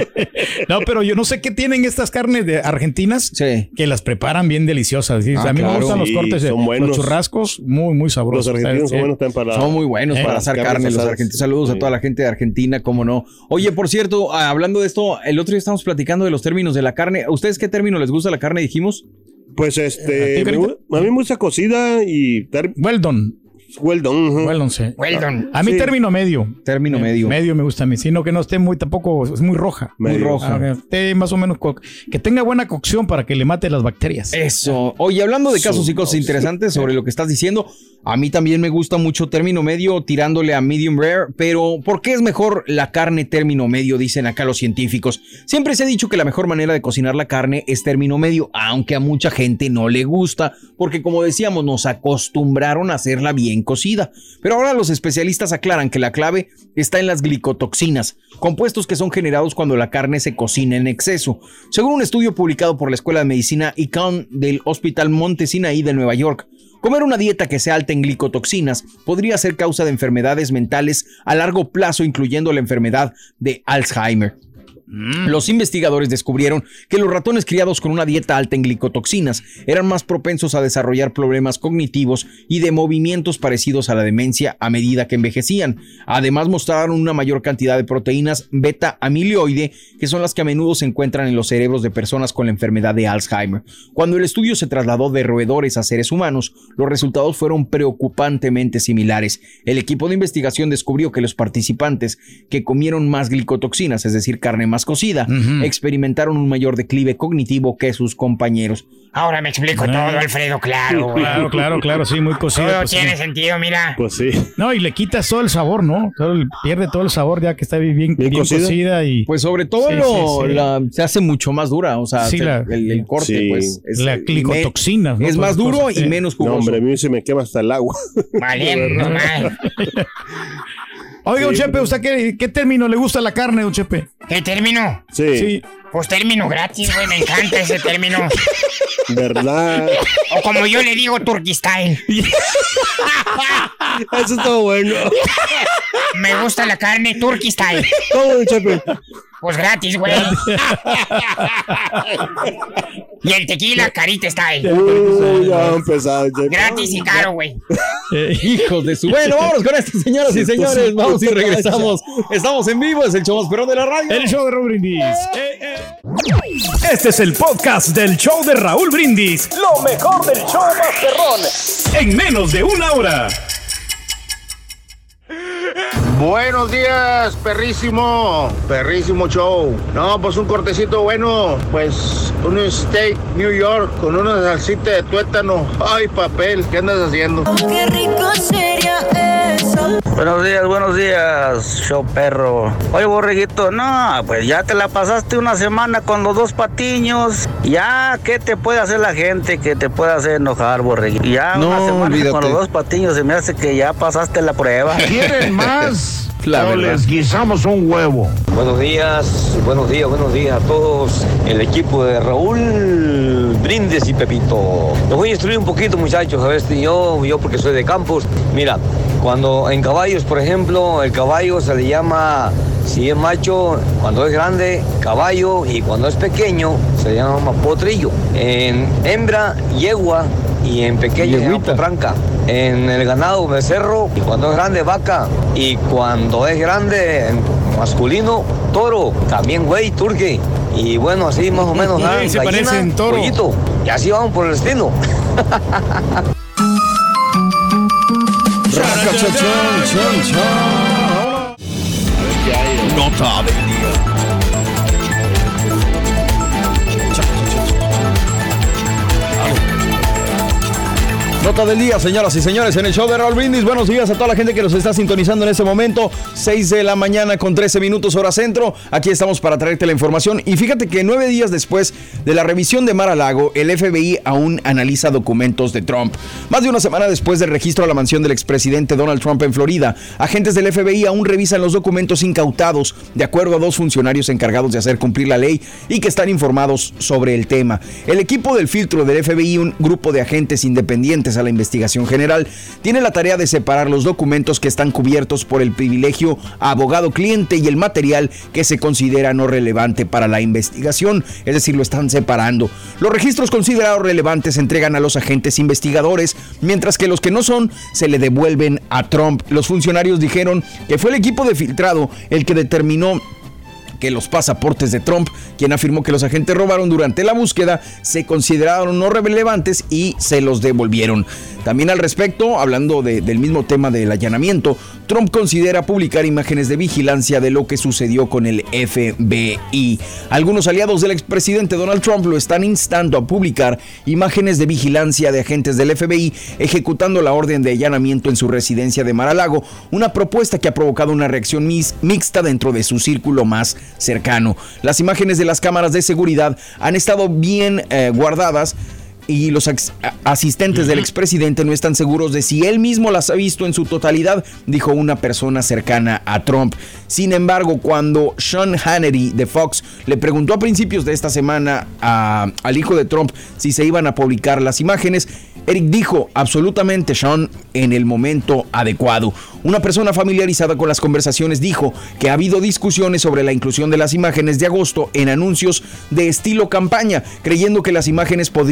No, pero yo no sé qué tienen estas carnes de argentinas Sí. que las preparan bien deliciosas. ¿sí? Ah, a mí claro. me gustan los Sí, cortes, de, son buenos. los churrascos, muy, muy Los sabrosos. argentinos Sí. son buenos también para... Son muy buenos Eh, para para asar carnes carne los asadas. argentinos. Saludos a Sí. toda la gente de Argentina, cómo no. Oye, por cierto, ah, hablando de esto, el otro día estábamos platicando de los términos de la carne. ¿A ustedes qué término les gusta la carne, dijimos? Pues ¿A este... ti, me Carita? gu- a mí me gusta cocida y... ter- Well done. Well done. ujú. Well done, sí. Well done. A mí Sí. término medio. Término Eh, medio. Medio me gusta a mí, sino que no esté muy tampoco, es muy roja. Medio. Muy roja. Ah, que esté más o menos, co- que tenga buena cocción para que le mate las bacterias. Eso. Oye, hablando de casos y cosas interesantes sobre lo que estás diciendo, a mí también me gusta mucho término medio tirándole a medium rare, pero ¿por qué es mejor la carne término medio? Dicen acá los científicos. Siempre se ha dicho que la mejor manera de cocinar la carne es término medio, aunque a mucha gente no le gusta, porque como decíamos, nos acostumbraron a hacerla bien cocida. Pero ahora los especialistas aclaran que la clave está en las glicotoxinas, compuestos que son generados cuando la carne se cocina en exceso. Según un estudio publicado por la Escuela de Medicina Icahn del Hospital Monte Sinaí de Nueva York, comer una dieta que sea alta en glicotoxinas podría ser causa de enfermedades mentales a largo plazo, incluyendo la enfermedad de Alzheimer. Los investigadores descubrieron que los ratones criados con una dieta alta en glicotoxinas eran más propensos a desarrollar problemas cognitivos y de movimientos parecidos a la demencia a medida que envejecían. Además, mostraron una mayor cantidad de proteínas beta-amiloide, que son las que a menudo se encuentran en los cerebros de personas con la enfermedad de Alzheimer. Cuando el estudio se trasladó de roedores a seres humanos, los resultados fueron preocupantemente similares. El equipo de investigación descubrió que los participantes que comieron más glicotoxinas, es decir, carne más más cocida, uh-huh. experimentaron un mayor declive cognitivo que sus compañeros. Ahora me explico todo, Alfredo, claro. Güey. Claro, claro, claro, sí, muy cocida. Todo pues, tiene sí. sentido, mira. Pues sí. No, y le quitas todo el sabor, ¿no? Todo el, pierde todo el sabor ya que está bien, bien, bien cocida? cocida y... Pues sobre todo sí, lo, sí, sí. La, se hace mucho más dura, o sea, sí, se, la, el, el corte, sí. pues... Es, la glicotoxina, ¿no? Es más duro cosas, y sí. menos jugoso. No, hombre, a mí se me quema hasta el agua. Valiendo mal. Oiga, don Chepe, ¿usted qué, qué término le gusta la carne, don Chepe? ¿Qué término? Sí. sí. Pues término gratis, güey, me encanta ese término. ¿Verdad? O como yo le digo, Turkey Style. Eso está bueno. Me gusta la carne Turkey Style. ¿Cómo, don Chepe? Pues gratis, güey. Y el tequila, Carita Style. Uy, ya ha empezado. Gratis y caro, güey. Eh, hijos de su... Bueno, vámonos con esto, señoras y señores. Vamos y regresamos. Estamos en vivo, es el show más perrón de la radio. El show de Raúl Brindis. Eh, eh. Este es el podcast del show de Raúl Brindis. Lo mejor del show más perrón. En menos de una hora. Buenos días, perrísimo, perrísimo show. No, pues un cortecito bueno, pues un steak New York con una salsita de tuétano. Ay, papel, ¿qué andas haciendo? Qué rico sería eso. Buenos días, buenos días, show perro. Oye, borreguito, no, pues ya te la pasaste una semana con los dos patiños. Ya, ¿qué te puede hacer la gente que te puede hacer enojar, borreguito? Ya no, una semana olvídate. con los dos patiños se me hace que ya pasaste la prueba. ¿Quieren más? La o les guisamos un huevo. Buenos días, buenos días, buenos días a todos. El equipo de Raúl Brindis y Pepito. Los voy a instruir un poquito, muchachos. A ver si yo, yo porque soy de Campos. Mira, cuando en caballos, por ejemplo, el caballo se le llama, si es macho, cuando es grande, caballo, y cuando es pequeño, se le llama potrillo. En hembra, yegua, y en pequeño se llama potranca. En el ganado, becerro, y cuando es grande, vaca, y cuando es grande, masculino, toro, también güey, turque. Y bueno, así más o menos, ¿ah? Se parecen toro. Pollito, y así vamos por el estilo. Nota del día. Nota del día, señoras y señores, en el show de Raúl Brindis. Buenos días a toda la gente que nos está sintonizando en este momento. seis de la mañana con trece minutos hora centro. Aquí estamos para traerte la información. Y fíjate que nueve días después de la revisión de Mar-a-Lago, el F B I aún analiza documentos de Trump. Más de una semana después del registro a la mansión del expresidente Donald Trump en Florida, agentes del F B I aún revisan los documentos incautados, de acuerdo a dos funcionarios encargados de hacer cumplir la ley y que están informados sobre el tema. El equipo del filtro del F B I, un grupo de agentes independientes a la investigación general, tiene la tarea de separar los documentos que están cubiertos por el privilegio abogado-cliente y el material que se considera no relevante para la investigación, es decir, lo están separando. Los registros considerados relevantes se entregan a los agentes investigadores, mientras que los que no son se le devuelven a Trump. Los funcionarios dijeron que fue el equipo de filtrado el que determinó que los pasaportes de Trump, quien afirmó que los agentes robaron durante la búsqueda, se consideraron no relevantes y se los devolvieron. También al respecto, hablando de, del mismo tema del allanamiento, Trump considera publicar imágenes de vigilancia de lo que sucedió con el F B I. Algunos aliados del expresidente Donald Trump lo están instando a publicar imágenes de vigilancia de agentes del F B I ejecutando la orden de allanamiento en su residencia de Mar-a-Lago, una propuesta que ha provocado una reacción mis, mixta dentro de su círculo más cercano. Las imágenes de las cámaras de seguridad han estado bien eh, guardadas y los asistentes del expresidente no están seguros de si él mismo las ha visto en su totalidad, dijo una persona cercana a Trump. Sin embargo, cuando Sean Hannity de Fox le preguntó a principios de esta semana a, al hijo de Trump si se iban a publicar las imágenes, Eric dijo, absolutamente, Sean, en el momento adecuado. Una persona familiarizada con las conversaciones dijo que ha habido discusiones sobre la inclusión de las imágenes de agosto en anuncios de estilo campaña, creyendo que las imágenes podrían reforzar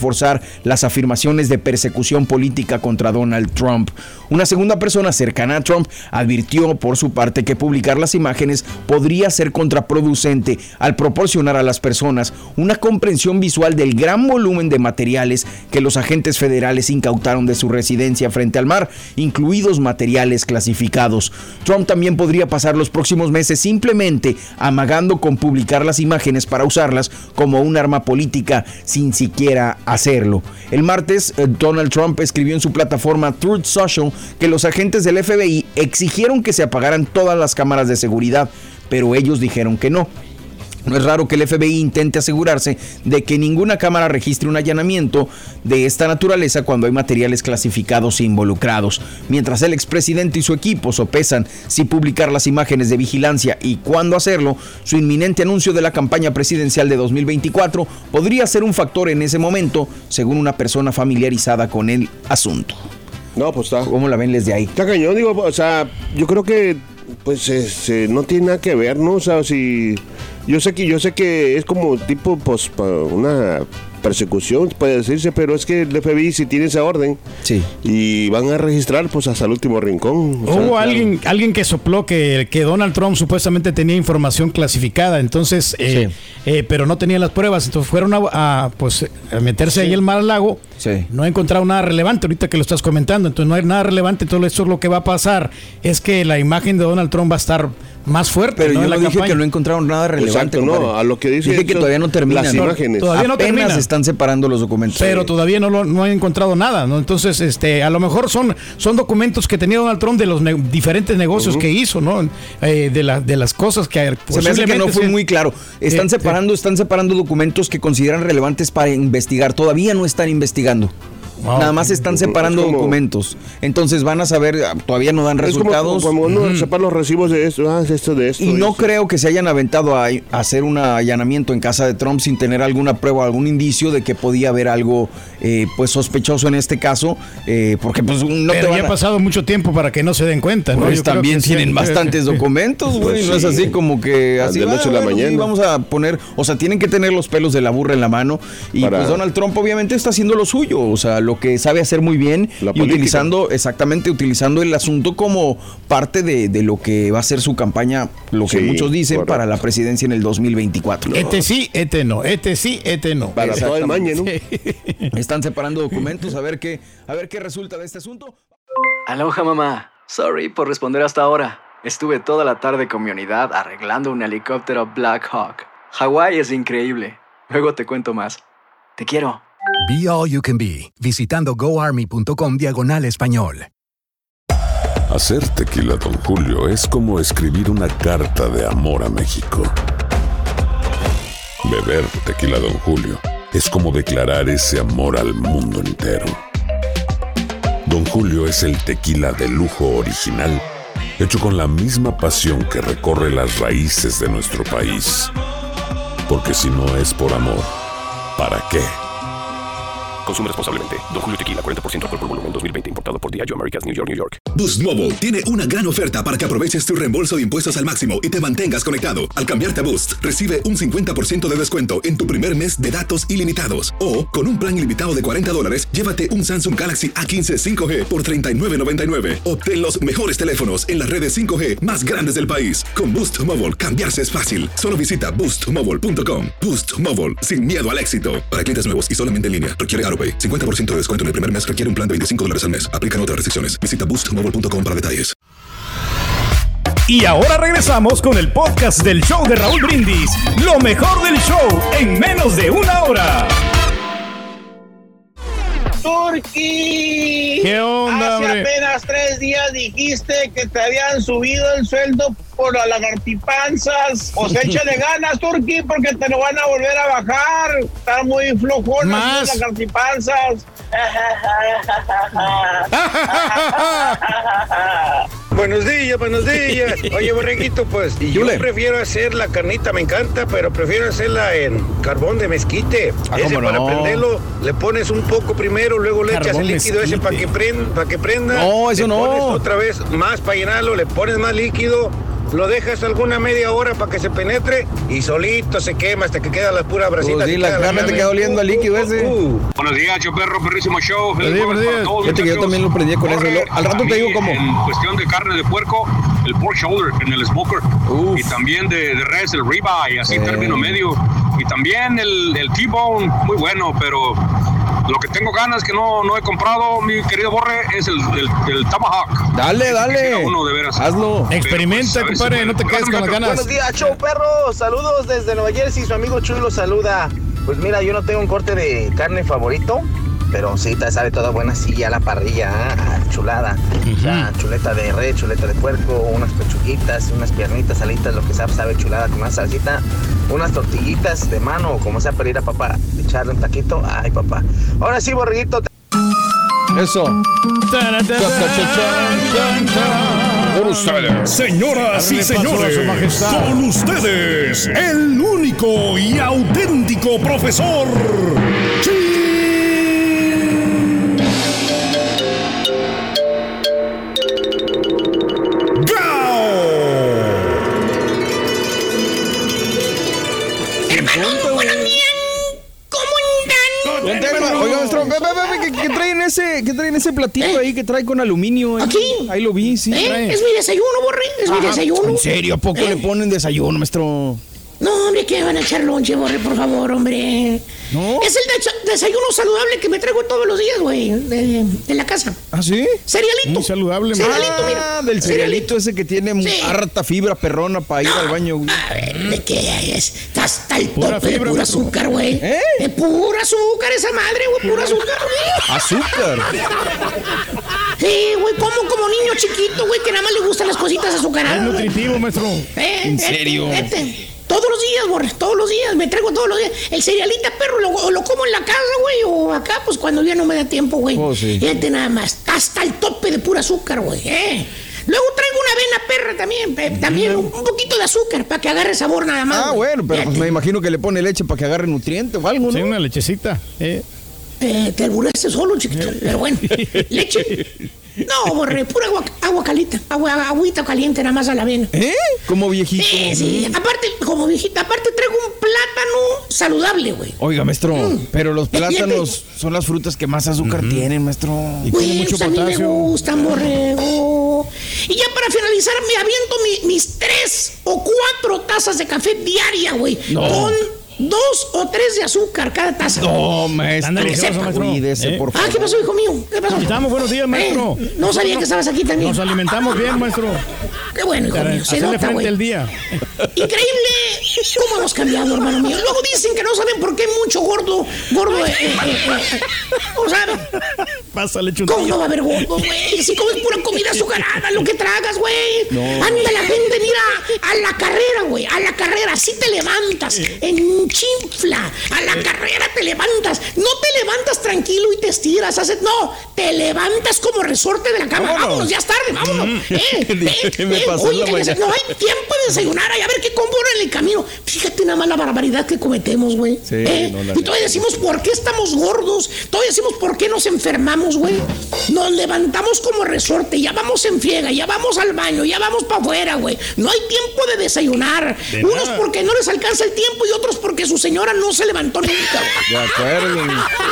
reforzar las afirmaciones de persecución política contra Donald Trump. Una segunda persona cercana a Trump advirtió por su parte que publicar las imágenes podría ser contraproducente al proporcionar a las personas una comprensión visual del gran volumen de materiales que los agentes federales incautaron de su residencia frente al mar, incluidos materiales clasificados. Trump también podría pasar los próximos meses simplemente amagando con publicar las imágenes para usarlas como un arma política sin siquiera hacerlo. El martes, Donald Trump escribió en su plataforma Truth Social que los agentes del F B I exigieron que se apagaran todas las cámaras de seguridad, pero ellos dijeron que no. No es raro que el F B I intente asegurarse de que ninguna cámara registre un allanamiento de esta naturaleza cuando hay materiales clasificados involucrados. Mientras el expresidente y su equipo sopesan si publicar las imágenes de vigilancia y cuándo hacerlo, su inminente anuncio de la campaña presidencial de dos mil veinticuatro podría ser un factor en ese momento, según una persona familiarizada con el asunto. No, pues está. ¿Cómo la ven desde ahí? Está cañón, digo, o sea, yo creo que pues es, eh, no tiene nada que ver, ¿no? O sea, si yo sé que yo sé que es como tipo pues una persecución, puede decirse, pero es que el F B I si tiene esa orden, sí, y van a registrar pues hasta el último rincón. Hubo sea, alguien claro. alguien que sopló que, que Donald Trump supuestamente tenía información clasificada, entonces, eh, sí. eh, pero no tenía las pruebas, entonces fueron a, a pues a meterse sí. ahí al mar al lago. Sí. No he encontrado nada relevante ahorita que lo estás comentando, entonces no hay nada relevante, entonces eso es lo que va a pasar, es que la imagen de Donald Trump va a estar más fuerte. Pero ¿no? yo en no la dije campaña. que no encontraron nada relevante. Exacto, no, a lo que dice dije que todavía no terminan las imágenes. Todavía no Apenas terminan. están separando los documentos. Pero todavía no lo, no han encontrado nada, ¿no? Entonces, este, a lo mejor son, son documentos que tenía Donald Trump de los ne- diferentes negocios uh-huh. que hizo, ¿no? Eh, de, la, de las cosas que se me hace que no fue se... muy claro. Están eh, separando, eh. están separando documentos que consideran relevantes para investigar. Todavía no están investigando. Wow. Nada más están separando como, documentos. Entonces van a saber, todavía no dan resultados. Es como, como uno mm. separa los recibos de esto, ah, esto de esto. Y no esto. creo que se hayan aventado a, a hacer un allanamiento en casa de Trump sin tener alguna prueba, algún indicio de que podía haber algo eh, pues sospechoso en este caso, eh, porque pues no Pero te ya ha pasado mucho tiempo para que no se den cuenta, ¿no? Pues Yo también tienen sí. bastantes documentos, güey. Pues no sí. es así como que así de va, noche a la bueno, mañana. Sí, vamos a poner, o sea, tienen que tener los pelos de la burra en la mano y para... pues Donald Trump obviamente está haciendo lo suyo, o sea, lo que sabe hacer muy bien la y política. utilizando, exactamente, utilizando el asunto como parte de, de lo que va a ser su campaña, lo que sí, muchos dicen, correcto. Para la presidencia en el dos mil veinticuatro. No. Este sí, este no, este sí, este no. Para todo el maña, ¿no? Sí. Están separando documentos, a ver qué, a ver qué resulta de este asunto. Aloha, mamá. Sorry por responder hasta ahora. Estuve toda la tarde con mi unidad arreglando un helicóptero Black Hawk. Hawái es increíble. Luego te cuento más. Te quiero. Be All You Can Be, visitando goarmy.com diagonal español. Hacer tequila Don Julio es como escribir una carta de amor a México. Beber tequila Don Julio es como declarar ese amor al mundo entero. Don Julio es el tequila de lujo original, hecho con la misma pasión que recorre las raíces de nuestro país. Porque si no es por amor, ¿para qué? Consume responsablemente. Don Julio Tequila, cuarenta por ciento alcohol por volumen, dos mil veinte. Importado por Diageo Americas, New York, New York. Boost Mobile tiene una gran oferta para que aproveches tu reembolso de impuestos al máximo y te mantengas conectado. Al cambiarte a Boost, recibe un cincuenta por ciento de descuento en tu primer mes de datos ilimitados. O, con un plan ilimitado de cuarenta dólares, llévate un Samsung Galaxy A quince cinco G por treinta y nueve noventa y nueve. Obtén los mejores teléfonos en las redes cinco G más grandes del país. Con Boost Mobile, cambiarse es fácil. Solo visita boost mobile punto com. Boost Mobile, sin miedo al éxito. Para clientes nuevos y solamente en línea, requiere AutoPay. cincuenta por ciento de descuento en el primer mes requiere un plan de veinticinco dólares al mes. Aplican otras restricciones. Visita boost mobile punto com para detalles. Y ahora regresamos con el podcast del show de Raúl Brindis. Lo mejor del show en menos de una hora. Turki, ¿qué onda, hace hombre? apenas tres días dijiste que te habían subido el sueldo por las lagartipanzas. Pues échale ganas, Turki, porque te lo van a volver a bajar. Están muy flojonas las lagartipanzas. Buenos días, buenos días. Oye, borreguito, pues yo prefiero hacer la carnita, me encanta, pero prefiero hacerla en carbón de mezquite. Ah, ese ¿cómo para no? prenderlo, le pones un poco primero, luego le echas Carbón el líquido mezquite. ese para que prenda, para que prenda. No, eso le no. pones otra vez más para llenarlo, le pones más líquido. lo dejas alguna media hora para que se penetre y solito se quema hasta que queda la pura brasita. Pues sí, la carne te queda oliendo al líquido ese. Uh. Buenos días, yo perro, perrísimo show. Buenos días, buenos días. Fíjate que yo también lo prendí con eso. Al rato te digo cómo. En cuestión de carne de puerco, el pork shoulder en el smoker. Uf. Y también de, de res, el ribeye, así eh. término medio. Y también el, el T-bone, muy bueno, pero lo que tengo ganas que no, no he comprado, mi querido Borre, es el, el, el Tomahawk. Dale, dale. Uno de veras. Hazlo. Pero, experimenta, pues, compadre, no te quedes con las ganas. Buenos días, show perro. Saludos desde Nueva Jersey. Su amigo Chulo saluda. Pues mira, yo no tengo un corte de carne favorito, pero sí, te sabe toda buena silla a la parrilla, ¿eh? Chulada. Uh-huh. O sea, chuleta de res, chuleta de puerco, unas pechuguitas, unas piernitas, alitas, lo que sea, sabe chulada con una salsita, unas tortillitas de mano, o como sea, para ir a papá, echarle un taquito. Ay, papá. Ahora sí, borreguito. Te... Eso. Por ustedes, señoras y señores, con ustedes, el único y auténtico profesor Oiga, maestro, ve, ve, ve, ¿qué, qué traen ese, qué traen ese platito ¿Eh? ahí que trae con aluminio? Ahí? ¿Aquí? Ahí lo vi, sí. ¿Eh? Es mi desayuno, Borre, es ah, mi desayuno. ¿En serio? ¿A poco ¿Eh? le ponen desayuno, maestro? No, hombre, que van a echar lonche, Borre, por favor, hombre. ¿No? Es el de desayuno saludable que me traigo todos los días, güey, de, de la casa. ¿Ah, sí? Cerealito. Muy saludable. Cerealito, ah, mira. del cerealito ese que tiene sí. harta fibra perrona para ir al baño, güey. A ver, ¿de qué es? Está hasta el tope fibra, de pura azúcar, güey. ¿Eh? De pura azúcar esa madre, güey, pura azúcar, güey. ¿Azúcar? Sí, güey, como como niño chiquito, güey, que nada más le gustan las cositas azucaradas. Es nutritivo, maestro. ¿Eh? ¿En serio? Este, este. Todos los días, Borre, todos los días, me traigo todos los días. El cerealita, perro, lo, lo como en la casa, güey, o acá, pues cuando ya no me da tiempo, güey. Oh, sí. Fíjate nada más, hasta el tope de pura azúcar, güey, ¿eh? Luego traigo una avena perra también, eh, también un, un poquito de azúcar para que agarre sabor nada más. Ah, güey. bueno, pero pues me imagino que le pone leche para que agarre nutriente o algo, ¿no? Sí, una lechecita, eh. Eh, te alburaste solo, chiquito, pero bueno, leche. No, Borre, pura agua, agua caliente, agua, agüita caliente nada más a la avena. ¿Eh? Como viejito. Sí, sí, aparte, como viejita, aparte traigo un plátano saludable, güey. Oiga, maestro, mm. pero los plátanos son las frutas que más azúcar mm-hmm. tienen, maestro. Y güey, tiene mucho pues potasio. A mí me gustan, borrego. Y ya para finalizar, me aviento mi, mis tres o cuatro tazas de café diaria, güey. No. Con dos o tres de azúcar cada taza. No, maestro. Cuídese, ¿Eh? por favor. Ah, ¿qué pasó, hijo mío? ¿Qué pasó? Estamos, buenos días, maestro. Eh, no sabía que estabas aquí también. Nos alimentamos bien, maestro. Qué bueno, hijo Para mío. Se nota, güey. El día. Increíble cómo hemos cambiado, hermano mío. Luego dicen que no saben por qué mucho gordo, gordo, eh, eh, eh, ¿cómo saben? Pásale, chuntillo. ¿Cómo no va a haber gordo, güey? Si comes pura comida azucarada, lo que tragas, güey. No. Anda la gente, mira, a la carrera, güey, a la carrera. Así te levantas en chinfla. A la carrera te levantas. No te levantas tranquilo y te estiras. Haces, no, te levantas como resorte de la cama. Vámonos, vámonos ya es tarde, vámonos. Mm. Eh, eh, ¿Qué me eh, pasó oye, en la mañana? No hay tiempo de desayunar. Ay, a ver qué compro en el camino. Fíjate nada más la barbaridad que cometemos, güey. Sí, ¿Eh? no, y todavía decimos por qué estamos gordos. Todavía decimos por qué nos enfermamos, güey. Nos levantamos como resorte. Ya vamos en friega, ya vamos al baño, ya vamos para afuera, güey. No hay tiempo de desayunar. De Unos nada. Porque no les alcanza el tiempo y otros porque su señora no se levantó nunca. De acuerdo.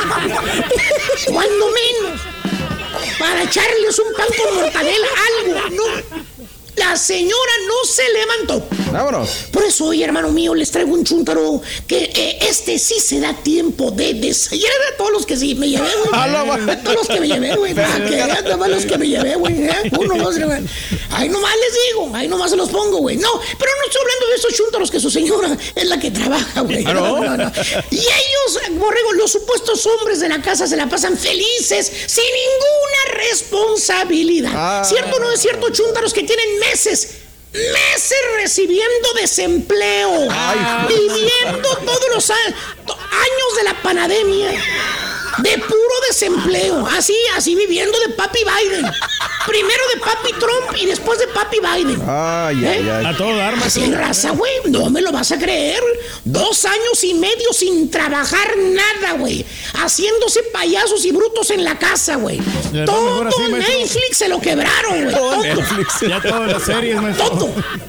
Cuando menos. Para echarles un pan con mortadela, algo, no. La señora no se levantó. Vámonos. Por eso hoy, hermano mío, les traigo un chúntaro que eh, este sí se da tiempo de desayunar. A todos los que sí me llevé, güey. A todos los que me llevé, güey. Nada más los que me llevé, güey. ¿eh? Uno, dos, tres. Ahí nomás les digo, ahí nomás se los pongo, güey. No, pero no estoy hablando de esos chúntaros que su señora es la que trabaja, güey. ¿Ah, no? No, no. Y ellos, borrego, los supuestos hombres de la casa se la pasan felices, sin ninguna responsabilidad. Ah. ¿Cierto o no es cierto, chúntaros que tienen meses, meses recibiendo desempleo, ay, viviendo todos los años, años de la pandemia, de puro desempleo, así, así viviendo de papi Biden, primero de papi Trump y después de papi Biden? Ay, ¿Eh? ay, ay. A todo dar, así en raza, güey, no me lo vas a creer. Dos años y medio sin trabajar nada, güey, haciéndose payasos y brutos en la casa, güey. Todo así, Netflix se lo quebraron, güey. Todo. Netflix, ya todas las series, maestro. Todo.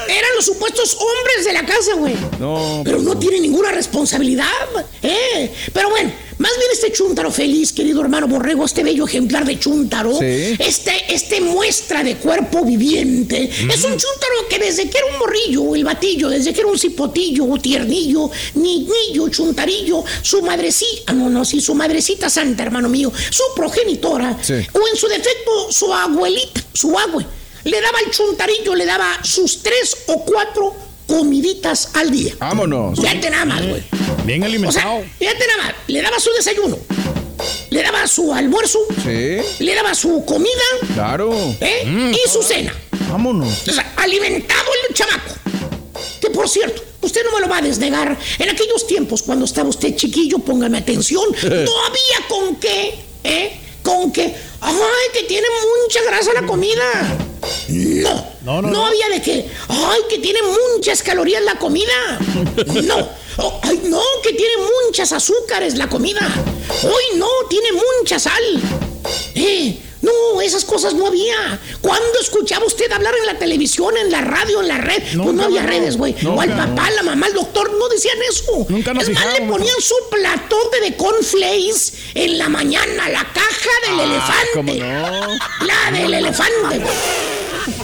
Eran los supuestos hombres de la casa, güey. No. Pero no tiene ninguna responsabilidad, ¿eh? Pero bueno, más bien este chúntaro feliz, querido hermano Borrego, este bello ejemplar de chúntaro, sí. este, este muestra de cuerpo viviente, mm. es un chúntaro que desde que era un morrillo, el batillo, desde que era un cipotillo, un tiernillo, niñillo, chuntarillo, su madrecita, no, no, sí, su madrecita santa, hermano mío, su progenitora, sí. o en su defecto, su abuelita, su abue, le daba al chuntarillo, le daba sus tres o cuatro comiditas al día. Vámonos. Fíjate nada más, güey. Bien alimentado. O sea, fíjate nada más. Le daba su desayuno. Le daba su almuerzo. Sí. Le daba su comida. Claro. ¿Eh? Mm, y su cena. Vámonos. O sea, alimentado el chamaco. Que por cierto, usted no me lo va a desnegar. En aquellos tiempos, cuando estaba usted chiquillo, póngame atención, no había con qué, ¿eh? Con qué. Ay, que tiene mucha grasa la comida. No, no, no, no, no había de que, ay, que tiene muchas calorías la comida. No, oh, ay, no, que tiene muchas azúcares la comida. Hoy no, tiene mucha sal. Eh, no, esas cosas no había. ¿Cuándo escuchaba usted hablar en la televisión, en la radio, en la red? Nunca, pues no había no, redes, güey. O al papá, no. la mamá, el doctor, no decían eso. Nunca nos Es más, le ponían su platote de cornflakes en la mañana, la caja del ah, elefante. ¿Cómo no? La del elefante, güey.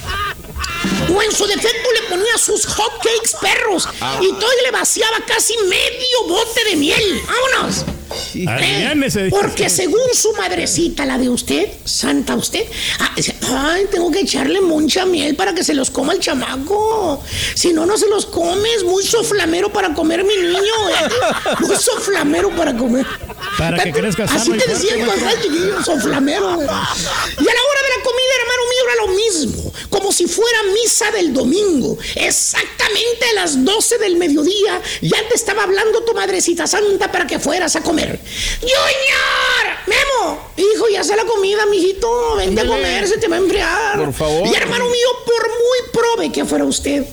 O en su defecto le ponía sus hot cakes perros ah. y todo le vaciaba casi medio bote de miel. ¡Vámonos! Sí. Eh, porque según su madrecita, la de usted, santa usted, ay, tengo que echarle mucha miel para que se los coma el chamaco. Si no, no se los come. Es muy soflamero para comer mi niño. ¿eh? Muy soflamero para comer. Para que crezca sano. Así te decían cuando eras chiquillo, soflamero. Güey. Y a la hora de la comida, hermano mío, era lo mismo. Como si fuera misa del domingo. Exactamente a las doce del mediodía ya te estaba hablando tu madrecita santa para que fueras a comer. ¡Junior! ¡Memo! Hijo, ya está la comida, mijito. Vente a comer, se te va a enfriar. Por favor. Y hermano mío, por muy prove que fuera usted,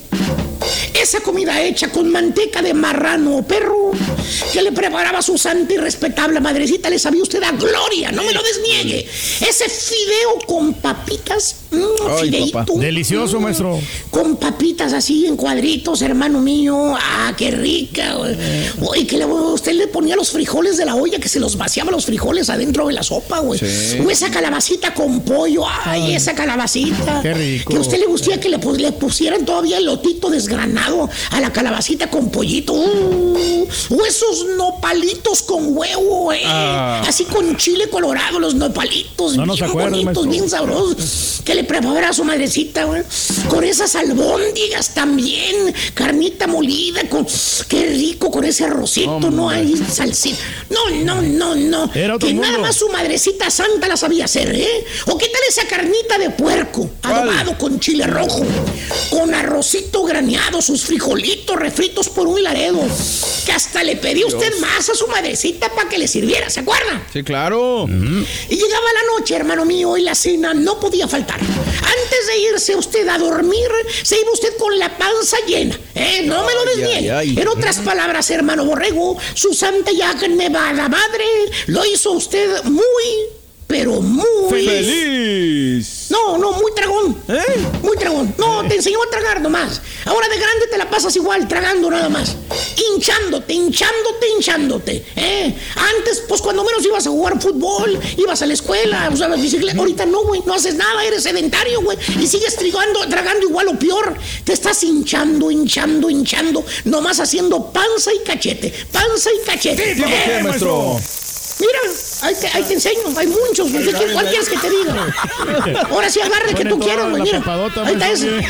esa comida hecha con manteca de marrano o perro que le preparaba su santa y respetable madrecita, le sabía usted a gloria, no me lo desniegue. Ese fideo con papitas, mmm, Ay, fideíto. Papá. Delicioso, mmm, maestro. Con papitas así en cuadritos, hermano mío. Ah, qué rica. Uy, que le, usted le ponía los frijoles de la olla, que se los vaciaba los frijoles adentro de la sopa, güey. Sí. O esa calabacita con pollo. Ay, Ay, esa calabacita. Qué rico. Que a usted le gustaba que le, le pusieran todavía el lotito desgranado a la calabacita con pollito. Uh, o esos nopalitos con huevo, eh. Ah. Así con chile colorado, los nopalitos. No bien bonitos, maestro. Bien sabrosos. Que le preparaba a su madrecita, güey. Con esas albóndigas también. Carnita molida. Con, qué rico con ese arrocito, oh, no hay salsita. No, no, no, no. Era otro que mundo. Nada más su madrecita santa la sabía hacer, ¿eh? O qué tal esa carnita de puerco adobado con chile rojo. Con arrocito graneado, sus frijolitos refritos por un laredo, que hasta le pedía usted Dios. Más a su madrecita para que le sirviera, ¿se acuerda? Sí, claro. Uh-huh. Y llegaba la noche, hermano mío, y la cena no podía faltar. Antes de irse usted a dormir, se iba usted con la panza llena, ¿eh? No ay, me lo desniegue. Ay, ay. En otras palabras, hermano Borrego, su santa ya nevada madre lo hizo usted muy, pero muy... ¡feliz! No, no, muy tragón. ¿Eh? Muy tragón. No, te enseñó a tragar nomás. Ahora de grande te la pasas igual, tragando nada más. Hinchándote, hinchándote, hinchándote. ¿Eh? Antes, pues cuando menos ibas a jugar fútbol, ibas a la escuela, usabas bicicleta. Ahorita no, güey, no haces nada, eres sedentario, güey. Y sigues tragando, tragando igual o peor. Te estás hinchando, hinchando, hinchando. Nomás haciendo panza y cachete. Panza y cachete. ¿Qué, ¿Eh? ¿Qué, maestro? Mira, ahí te, ahí te enseño, hay muchos, güey. ¿Cuál quieres que te diga? Ahora sí agarre que tú quieras, güey. Mira, ahí está ese.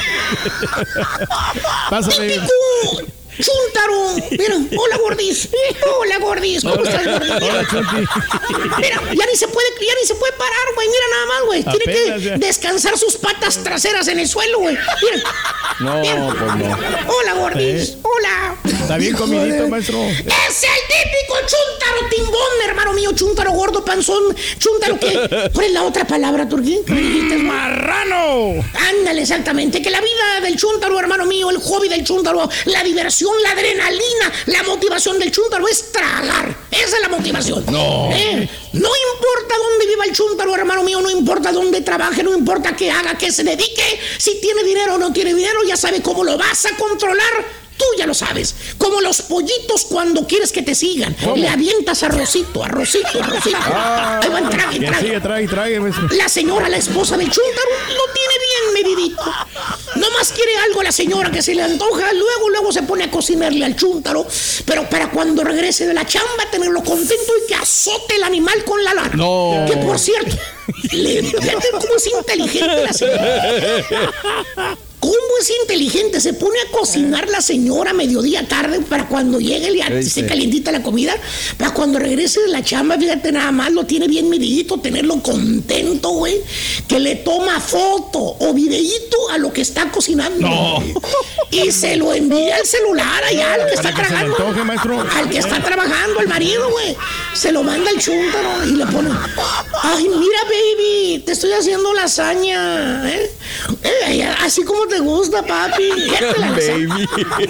Pásale. ¡Chúntaro! Mira, hola Gordis. Hola Gordis. ¿Cómo estás, Gordis? Hola, Chunti. Mira, ya ni se puede, ya ni se puede parar, güey. Mira nada más, güey. Tiene que ya. descansar sus patas traseras en el suelo, güey. Mira. No, mira. Pues no. Hola Gordis. ¿Eh? Hola. Está bien comidito, maestro. Es el típico chúntaro timbón, hermano mío, chúntaro gordo, panzón, chúntaro que... ¿Cuál es la otra palabra, Turquín? ¡Marrano! Ándale, exactamente, que la vida del chúntaro, hermano mío, el hobby del chúntaro, la diversión, la adrenalina, la motivación del chúntaro es tragar. Esa es la motivación. No. ¿Eh? No importa dónde viva el chúntaro, hermano mío, no importa dónde trabaje, no importa qué haga, qué se dedique, si tiene dinero o no tiene dinero, ya sabe cómo lo vas a controlar. Tú ya lo sabes, como los pollitos cuando quieres que te sigan. ¿Cómo? Le avientas arrocito, arrocito, arrocito. Ah, Ahí van, trague, trague. Sigue, trague, trague, maestro. La señora, la esposa del chúntaro, lo tiene bien medidito. Nomás quiere algo la señora que se le antoja, luego, luego se pone a cocinarle al chúntaro, pero para cuando regrese de la chamba, tenerlo contento y que azote el animal con la lana. No. Que por cierto, le, fíjate cómo es inteligente la señora. ¿Cómo es inteligente? Se pone a cocinar la señora a mediodía tarde para cuando llegue y esté calientita la comida. Para cuando regrese de la chamba, fíjate nada más, lo tiene bien medidito, tenerlo contento, güey. Que le toma foto o videíto a lo que está cocinando. No. Y se lo envía al celular allá al que está que trabajando. Antoje, maestro. Al que está trabajando, al marido, güey. Se lo manda al chúntaro y le pone: ay, mira, baby, te estoy haciendo lasaña. ¿Eh? Eh, así como te gusta, papi. Baby.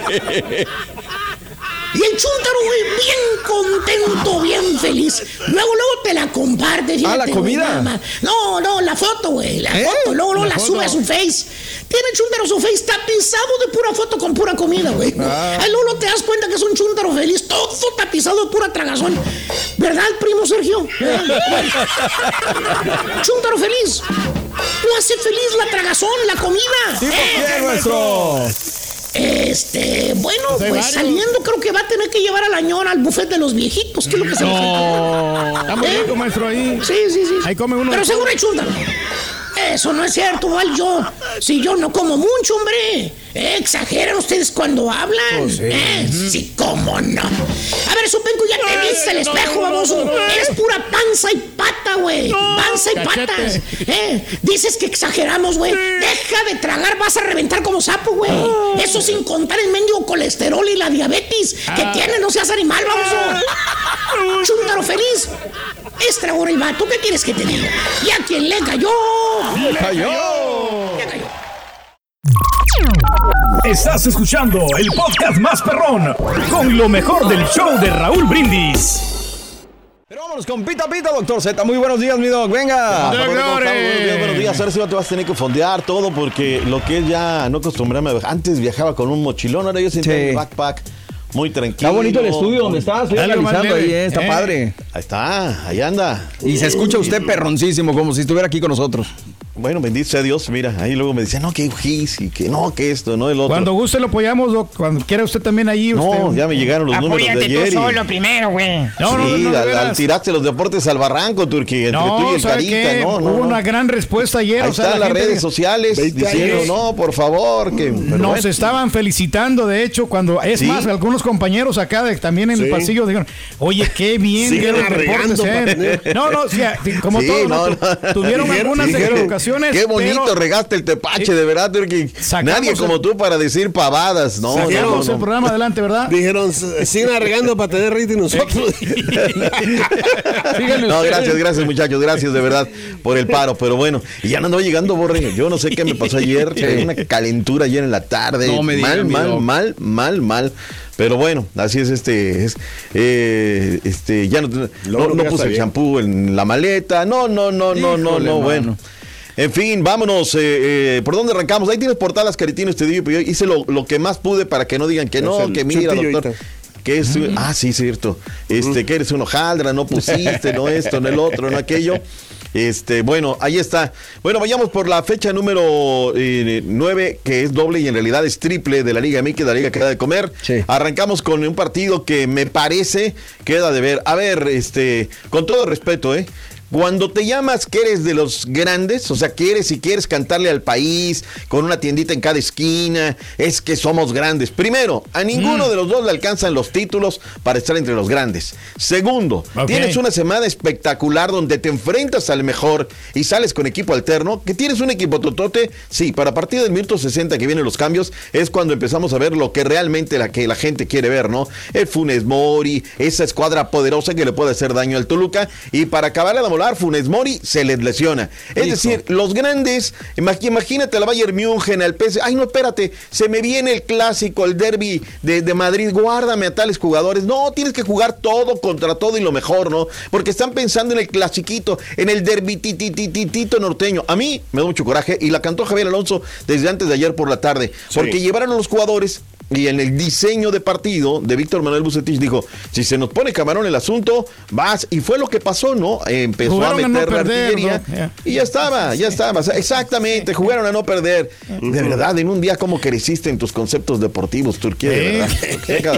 Y el chúntaro, güey, bien contento, bien feliz. Luego, luego te la comparte. Fíjate, ah, ¿la comida? Güey, no, no, la foto, güey. La ¿Eh? foto. Luego, luego la, la sube a su face. Tiene el chúntaro su face tapizado de pura foto con pura comida, güey. Ah. Ahí luego te das cuenta que es un chúntaro feliz, todo tapizado de pura tragazón. ¿Verdad, primo Sergio? Chúntaro feliz. Lo hace feliz la tragazón, la comida. Sí, ¿eh? Nuestro. Este, bueno, pues saliendo creo que va a tener que llevar a la ñora al buffet de los viejitos, que es lo que se le no. Está muy rico, maestro, ahí. Sí, sí, sí. Ahí come uno. Pero seguro hay chúntaro. Eso no es cierto, igual yo. Si yo no como mucho, hombre. Eh, exageran ustedes cuando hablan. Oh, sí. Eh, sí, cómo no. A ver, Supenco, ya te viste el espejo, baboso. Eres pura panza y pata, güey. Panza y patas. Eh, dices que exageramos, güey. Deja de tragar, vas a reventar como sapo, güey. Eso sin contar el mendigo colesterol y la diabetes que tiene, no seas animal, baboso. Chúntaro feliz. Estragó el vato, ¿qué quieres que te diga? ¿Y a quién le cayó? ¡Le cayó! ¡Le cayó! Estás escuchando el podcast más perrón con lo mejor del show de Raúl Brindis. Pero vámonos con Pita Pita, doctor Z. Muy buenos días, mi doc. Venga. Buenos días, buenos días. A ver si no te vas a tener que fondear todo porque lo que es ya no acostumbrarme a viajar. Antes viajaba con un mochilón, ahora yo sentía sí. mi backpack. Muy tranquilo. Está bonito el estudio donde estás. Estoy analizando ahí, eh, está eh. padre. Ahí está, ahí anda. Y se escucha usted perroncísimo, como si estuviera aquí con nosotros. Bueno, bendito sea Dios, mira, ahí luego me decían, no, que Gis y que no, que esto, no, el otro. Cuando guste lo apoyamos, doc, cuando quiera usted también ahí. Usted... No, ya me llegaron los Apóyate números de ayer. Tú solo y... primero, güey. No, no, sí, no, no, al, al tiraste los deportes al barranco, Turquía, entre no, tú y el ¿sabe Carita, qué? no, no. Hubo no. una gran respuesta ayer. Ahí o sea, están la las gente... redes sociales diciendo, no, por favor, que... Nos bueno. estaban felicitando, de hecho, cuando, es ¿sí? más, algunos compañeros acá de, también en sí. el pasillo dijeron, oye, qué bien que los deportes, ¿eh? No, no, o sea, como sí, todos, no, no, tuvieron algunas equivocaciones, qué bonito pero... regaste el tepache, sí. de verdad, Turquía. Nadie como el... tú para decir pavadas, no. Sacamos no, el programa adelante, ¿verdad? Dijeron, sigan regando para tener rating nosotros. No, gracias, gracias, muchachos, gracias de verdad por el paro, pero bueno, y ya no ando llegando, Borre. Yo no sé qué me pasó ayer, sí. una calentura ayer en la tarde. No me digan, mal, mal, mal, mal, mal. Pero bueno, así es este, es, eh, este, ya no, no, no puse el champú en la maleta, no, no, no, no, no, no, bueno. En fin, vámonos, eh, eh, ¿por dónde arrancamos? Ahí tienes portadas, Caritino, este día, yo hice lo, lo que más pude para que no digan que no, no que mira, doctor. Que es, mm. Ah, sí, cierto. Este, mm. que eres un hojaldra, no pusiste, no esto, no el otro, no aquello. Este, bueno, ahí está. Bueno, vayamos por la fecha número eh, nueve, que es doble y en realidad es triple de la Liga M X, de la Liga que da de comer. Sí. Arrancamos con un partido que me parece queda de ver. A ver, este, con todo respeto, ¿eh? Cuando te llamas que eres de los grandes, o sea, que eres y quieres cantarle al país con una tiendita en cada esquina, es que somos grandes. Primero, a ninguno mm. de los dos le alcanzan los títulos para estar entre los grandes. Segundo, okay. tienes una semana espectacular donde te enfrentas al mejor y sales con equipo alterno, que tienes un equipo totote. Sí, para a partir del minuto sesenta que vienen los cambios, es cuando empezamos a ver lo que realmente la, que la gente quiere ver, ¿no? El Funes Mori, esa escuadra poderosa que le puede hacer daño al Toluca, y para acabar de molar, Funes Mori se les lesiona. Es Hijo. decir, los grandes, imagínate al Bayern München, al P S G, ay no, espérate, se me viene el clásico, el derbi de, de Madrid, guárdame a tales jugadores. No, tienes que jugar todo contra todo y lo mejor, ¿no? Porque están pensando en el clasiquito, en el derbi titititito norteño. A mí me da mucho coraje, y la cantó Javier Alonso desde antes de ayer por la tarde, sí. porque llevaron a los jugadores y en el diseño de partido de Víctor Manuel Bucetich dijo, si se nos pone camarón el asunto, vas, y fue lo que pasó, ¿no? Empezó jugaron a meter a no la perder, artillería, ¿no? yeah. y ya estaba, ya estaba, exactamente, jugaron a no perder. De verdad, en un día como creciste en tus conceptos deportivos, Turquía, de verdad. Cada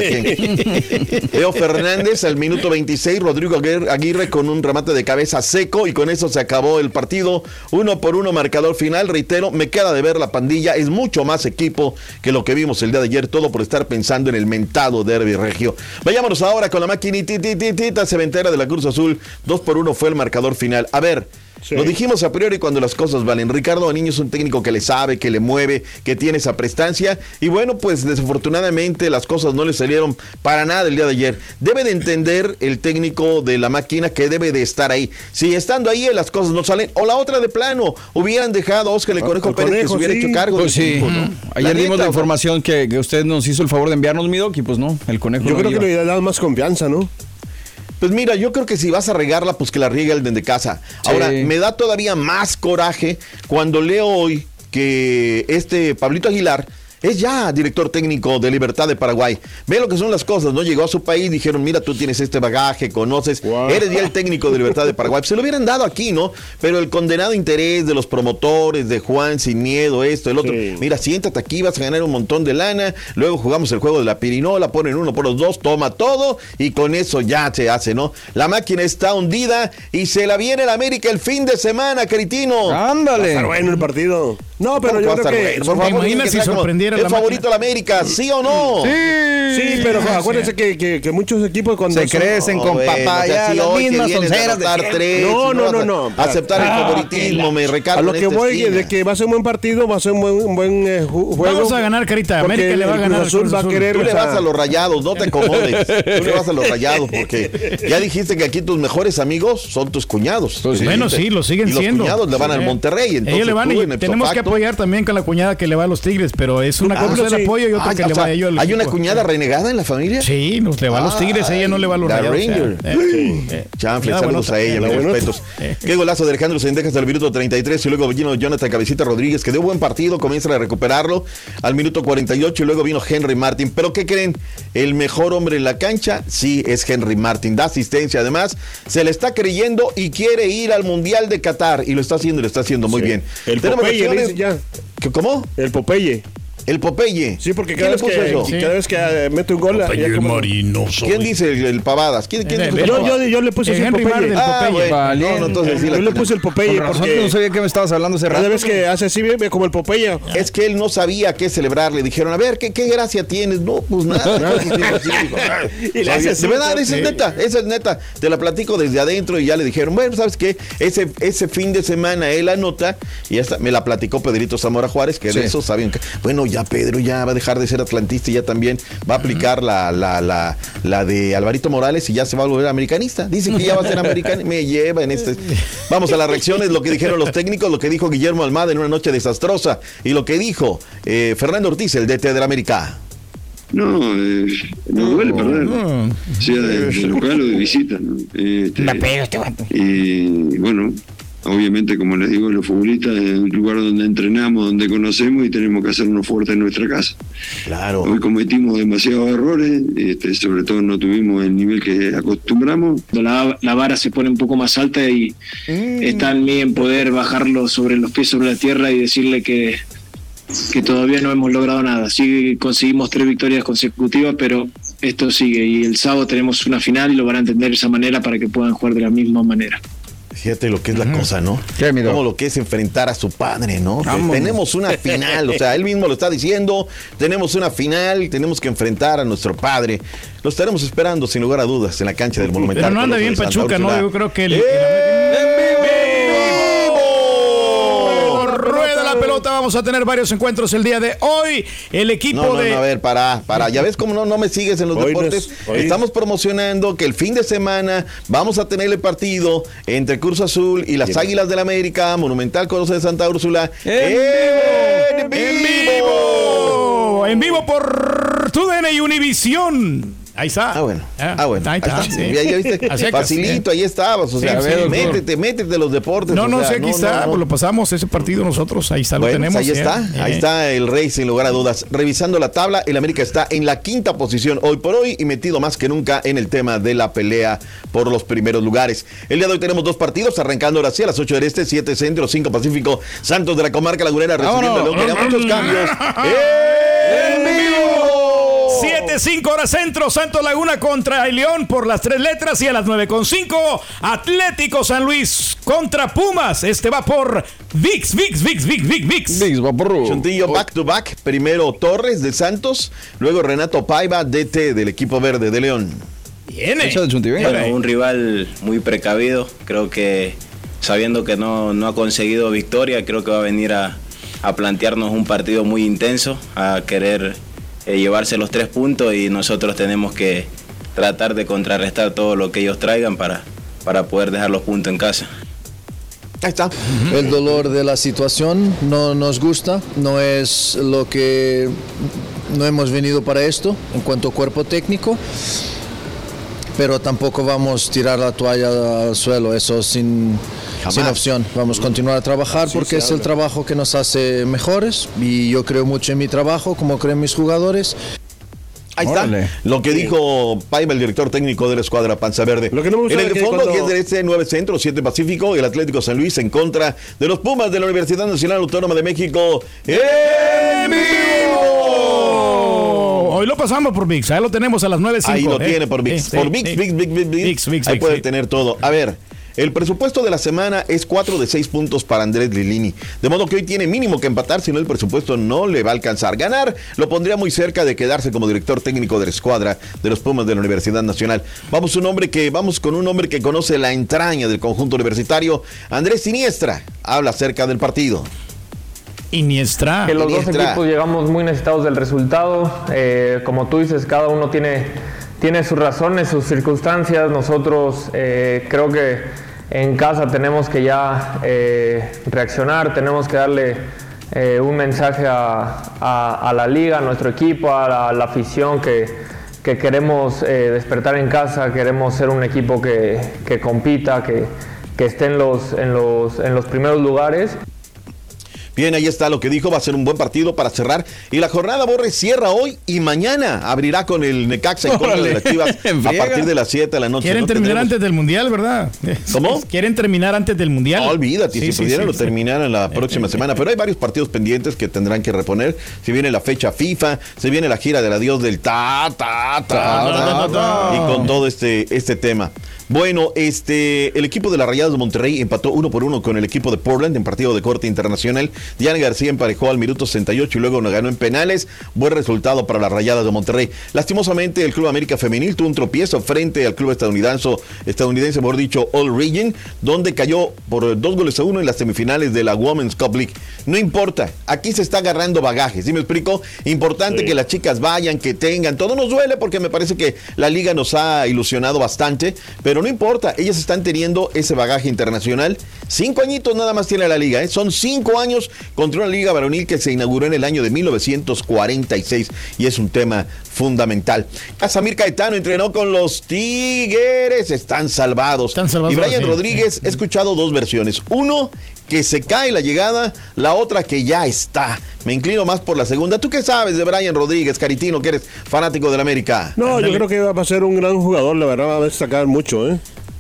quien. Leo Fernández al minuto veintiséis, Rodrigo Aguirre con un remate de cabeza seco, y con eso se acabó el partido, uno por uno marcador final. Reitero, me queda de ver la pandilla, es mucho más equipo que lo que vimos el día de ayer, todo por estar pensando en el mentado derbi regio. Vayámonos ahora con la maquinitita cementera de la Cruz Azul. Dos por uno fue el marcador final. A ver, sí. lo dijimos a priori cuando las cosas valen. Ricardo Aniño es un técnico que le sabe, que le mueve, que tiene esa prestancia, y bueno, pues desafortunadamente las cosas no le salieron para nada el día de ayer. Debe de entender el técnico de la máquina que debe de estar ahí. Si estando ahí las cosas no salen, o la otra de plano, hubieran dejado a Óscar el Conejo el Pérez conejo, que se hubiera sí. hecho cargo pues del sí. equipo, ¿no? Ayer la dimos neta, la información que, que usted nos hizo el favor de enviarnos, Midoki, pues no, el Conejo Yo no creo iba. que le da más confianza, ¿no? Pues mira, yo creo que si vas a regarla, pues que la riegue el de casa. Sí. Ahora, me da todavía más coraje cuando leo hoy que este Pablito Aguilar es ya director técnico de Libertad de Paraguay. Ve lo que son las cosas, ¿no? Llegó a su país, dijeron, mira, tú tienes este bagaje, conoces, wow. eres ya el técnico de Libertad de Paraguay. Se lo hubieran dado aquí, ¿no? Pero el condenado interés de los promotores, de Juan Sin Miedo, esto, el otro. Sí. Mira, siéntate aquí, vas a ganar un montón de lana, luego jugamos el juego de la pirinola, ponen uno por los dos, toma todo, y con eso ya se hace, ¿no? La máquina está hundida y se la viene el América el fin de semana, Critino. ¡Ándale! Va a estar bueno el partido. No, pero yo creo que... Bueno, por favor, imagina si sorprendiera el favorito de la América, ¿sí o no? Sí, sí, pero acuérdense que, que, que muchos equipos cuando se son, crecen con oh, papaya, bueno, las mismas onceras de tres, no, no, no, no, aceptar el favoritismo, me recargo. A lo que voy esquina. de que va a ser un buen partido, va a ser un buen, un buen eh, juego. Vamos a ganar, Carita. América le va a ganar. Cruz Azul va a querer, tú le vas a los Rayados, no te acomodes. Tú le vas a los Rayados porque ya dijiste que aquí tus mejores amigos son tus cuñados. Pues bueno, sí, lo siguen y siendo. Los cuñados le van al Monterrey. Entonces ellos le van y tenemos que apoyar también con la cuñada que le va a los Tigres, pero es una ah, cosa sí. el apoyo y otra ah, que le va a ellos. ¿Hay una cuñada renegada en la familia? Sí, nos le va a los Tigres, ella no le va a los Rayados. Ranger. Eh, eh, eh. Chanfle, saludos a ella, mis respetos. Eh. Qué golazo de Alejandro Sendejas al minuto treinta y tres, y luego vino Jonathan Cabecita Rodríguez, que dio buen partido, comienzan a recuperarlo al minuto cuarenta y ocho, y luego vino Henry Martin. ¿Pero qué creen? El mejor hombre en la cancha, sí, es Henry Martin. Da asistencia, además, se le está creyendo y quiere ir al Mundial de Qatar, y lo está haciendo, y lo está haciendo muy sí. bien. El Popeye, le dice ya. ¿Cómo? El Popeye. El Popeye. Sí, porque cada, vez que, eso? Sí. cada vez que uh, mete un gol... Popeye como... Marino soy. ¿Quién dice el, el Pavadas? ¿Quién, quién el, el, yo, yo, yo le puse el, el Popeye. Ah, bueno. Vale. No, no, entonces, sí, yo le puse el Popeye porque... No sabía que me estabas hablando hace rato. Cada vez que hace así, ve como el Popeye. Es que él no sabía qué celebrar. Le dijeron, a ver, ¿qué, qué gracia tienes? No, pues nada. Y le hace así. De verdad, esa es neta, esa es neta. Te la platico desde adentro y ya le dijeron, bueno, ¿sabes qué? Ese, ese fin de semana él anota y hasta me la platicó Pedrito Zamora Juárez, que de eso saben que... Bueno, ya Pedro ya va a dejar de ser atlantista y ya también va a aplicar la, la, la, la de Alvarito Morales y ya se va a volver americanista. Dice que ya va a ser americanista. Me lleva en este. Vamos a las reacciones, lo que dijeron los técnicos, lo que dijo Guillermo Almada en una noche desastrosa y lo que dijo eh, Fernando Ortiz, el D T del América. No, eh, no duele perder, no. sea de, de local o de visita, ¿no? Este, La pega este guapo. Y bueno, obviamente, como les digo, los futbolistas es un lugar donde entrenamos, donde conocemos y tenemos que hacernos fuertes en nuestra casa. Claro. Hoy cometimos demasiados errores, este, sobre todo no tuvimos el nivel que acostumbramos. La, la vara se pone un poco más alta y mm. está en mí en poder bajarlo sobre los pies sobre la tierra y decirle que que todavía no hemos logrado nada. Sí conseguimos tres victorias consecutivas, pero esto sigue y el sábado tenemos una final y lo van a entender de esa manera para que puedan jugar de la misma manera. Fíjate lo que es la uh-huh. cosa, ¿no? ¿Qué, mira? Como lo que es enfrentar a su padre, ¿no? Tenemos una final, o sea, él mismo lo está diciendo, tenemos una final, tenemos que enfrentar a nuestro padre. Lo estaremos esperando, sin lugar a dudas, en la cancha del Monumental. Pero no anda bien Pachuca, ¿no? Yo creo que el... ¡Eh! Rueda la pelota, vamos a tener varios encuentros el día de hoy. El equipo no, no, de... No, a ver, para, para. Ya ves cómo no, no me sigues en los hoy deportes. Nos, Estamos promocionando que el fin de semana vamos a tener el partido entre Cruz Azul y las Bien. Águilas del América, Monumental Coloso de Santa Úrsula. ¡En, en vivo! ¡En vivo! ¡En vivo por T U D N y Univisión! Ahí está. Ah, bueno. Ah, ah bueno. Ahí está. Ahí está. Sí. Ya, ya viste. Así Facilito, ahí estabas. O sea, sí, sí, métete, métete los deportes. No, no, o sea, sí, aquí no, está. No, no. Pues lo pasamos ese partido nosotros. Ahí está, bueno, lo tenemos. Pues ahí está. Eh. Ahí está el Rey, sin lugar a dudas. Revisando la tabla, el América está en la quinta posición hoy por hoy y metido más que nunca en el tema de la pelea por los primeros lugares. El día de hoy tenemos dos partidos, arrancando ahora sí a las ocho del Este, siete Centro, cinco Pacífico. Santos de la Comarca Lagunera recibiendo a León. Quería muchos cambios. ¡En vivo! siete cinco hora centro, Santos Laguna contra el León por las tres letras, y a las nueve con cinco Atlético San Luis contra Pumas. Este va por ViX, ViX, ViX, ViX, ViX, ViX. ViX va por Chuntillo back to back. Primero Torres de Santos, luego Renato Paiva, D T del equipo verde de León. Viene. Bueno, un rival muy precavido. Creo que sabiendo que no, no ha conseguido victoria, creo que va a venir a, a plantearnos un partido muy intenso, a querer Eh, llevarse los tres puntos, y nosotros tenemos que tratar de contrarrestar todo lo que ellos traigan para, para poder dejar los puntos en casa. Ahí está. El dolor de la situación no nos gusta, no es lo que no hemos venido para esto en cuanto a cuerpo técnico, pero tampoco vamos a tirar la toalla al suelo, eso sin, sin opción. Vamos a continuar a trabajar sí, porque es el trabajo que nos hace mejores, y yo creo mucho en mi trabajo, como creen mis jugadores. Ahí está. Órale. Lo que dijo Paiva, el director técnico de la escuadra Panza Verde. Lo que no me en el fondo, diez del Este, nueve Centro, siete Pacífico, el Atlético San Luis en contra de los Pumas de la Universidad Nacional Autónoma de México. ¡En vivo! Hoy lo pasamos por ViX, ahí lo tenemos a las nueve cinco. Ahí lo eh. tiene por ViX. Sí, por sí, ViX, sí. ViX, ViX, ViX, ViX. ViX, Ahí puede ViX. tener todo. A ver, el presupuesto de la semana es cuatro de seis puntos para Andrés Lilini. De modo que hoy tiene mínimo que empatar, si no el presupuesto no le va a alcanzar. Ganar lo pondría muy cerca de quedarse como director técnico de la escuadra de los Pumas de la Universidad Nacional. Vamos, un hombre que, vamos con un hombre que conoce la entraña del conjunto universitario. Andrés Siniestra habla acerca del partido. Iniestra. Que los Iniestra. dos equipos llegamos muy necesitados del resultado. Eh, como tú dices, cada uno tiene, tiene sus razones, sus circunstancias. Nosotros eh, creo que en casa tenemos que ya eh, reaccionar, tenemos que darle eh, un mensaje a, a, a la liga, a nuestro equipo, a la, a la afición que, que queremos eh, despertar en casa, queremos ser un equipo que, que compita, que, que esté en los, en los, en los primeros lugares. Bien, ahí está lo que dijo, va a ser un buen partido para cerrar. Y la jornada, Borre, cierra hoy y mañana abrirá con el Necaxa en contra de las Chivas a partir de las siete de la noche. Quieren ¿no? terminar Tendremos... antes del Mundial, ¿verdad? ¿Cómo? Quieren terminar antes del Mundial. No, olvídate, sí, si sí, pudieran sí, lo sí. terminaran la próxima semana. Pero hay varios partidos pendientes que tendrán que reponer. Si viene la fecha FIFA, se viene la gira del adiós del ta, ta, ta, ta, ta, ta, y con todo este, este tema. Bueno, este, el equipo de las Rayadas de Monterrey empató uno por uno con el equipo de Portland en partido de corte internacional. Diana García emparejó al minuto sesenta y ocho y luego nos ganó en penales. Buen resultado para las Rayadas de Monterrey. Lastimosamente, el Club América Femenil tuvo un tropiezo frente al club estadounidense, estadounidense, mejor dicho, All Region, donde cayó por dos goles a uno en las semifinales de la Women's Cup League. No importa, aquí se está agarrando bagaje, ¿sí me explico? Importante sí. que las chicas vayan, que tengan, todo nos duele porque me parece que la liga nos ha ilusionado bastante, pero no importa, ellas están teniendo ese bagaje internacional. Cinco añitos nada más tiene la liga, ¿eh? Son cinco años contra una liga varonil que se inauguró en el año de mil novecientos cuarenta y seis y es un tema fundamental. Casamir Caetano entrenó con los Tigres, están salvados. Están salvados y Brian sí, Rodríguez, sí. he escuchado dos versiones. Uno, que se cae la llegada, la otra que ya está. Me inclino más por la segunda. ¿Tú qué sabes de Brian Rodríguez, Caritino, que eres fanático del América? No, Ándale. Yo creo que va a ser un gran jugador, la verdad va a destacar mucho, ¿eh?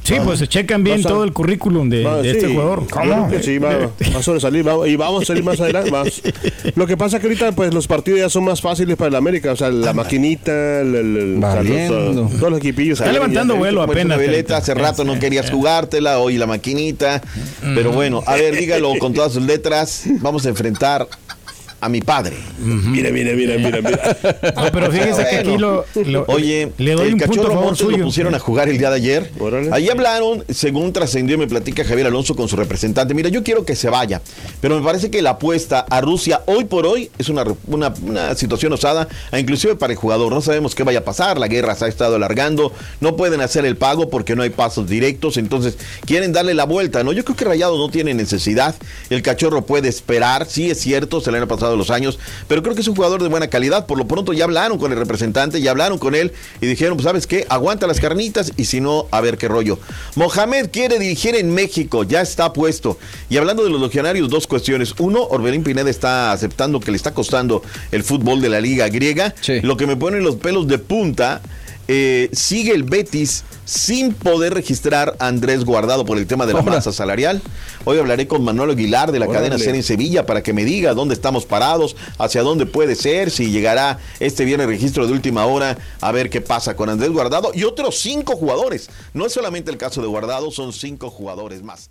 Sí, pues se checan bien todo el currículum de, va, de sí, este jugador. ¿Cómo? Sí, va, va a sobresalir va, y vamos a salir más adelante. Más. Lo que pasa es que ahorita pues los partidos ya son más fáciles para el América, o sea, la maquinita, el, el, el, o sea, los, todos los equipillos. Está levantando vuelo apenas. Veleta, hace rato no querías jugártela, hoy la maquinita, pero bueno, a ver, dígalo con todas sus letras, vamos a enfrentar a mi padre. Mira, mira, mira, mira, mira. No, pero fíjese que aquí lo, lo Oye, le doy el un Cachorro punto Montes suyo. lo pusieron a jugar el día de ayer. Órale. Ahí hablaron, según trascendió y me platica Javier Alonso con su representante. Mira, yo quiero que se vaya, pero me parece que la apuesta a Rusia hoy por hoy es una, una, una situación osada, inclusive para el jugador. No sabemos qué vaya a pasar, la guerra se ha estado alargando, no pueden hacer el pago porque no hay pasos directos, entonces quieren darle la vuelta, ¿no? Yo creo que Rayados no tiene necesidad, el Cachorro puede esperar, sí es cierto, se le han pasado los años, pero creo que es un jugador de buena calidad. Por lo pronto ya hablaron con el representante, ya hablaron con él y dijeron, pues ¿sabes qué? Aguanta las carnitas y si no, a ver qué rollo. Mohamed quiere dirigir en México, ya está puesto. Y hablando de los legionarios, dos cuestiones. Uno, Orbelín Pineda está aceptando que le está costando el fútbol de la liga griega. Sí. Lo que me pone los pelos de punta, eh, sigue el Betis sin poder registrar a Andrés Guardado por el tema de la masa salarial. Hoy hablaré con Manuel Aguilar de la Órale. cadena SER en Sevilla para que me diga dónde estamos parados, hacia dónde puede ser, si llegará este viernes registro de última hora, a ver qué pasa con Andrés Guardado y otros cinco jugadores. No es solamente el caso de Guardado, son cinco jugadores más.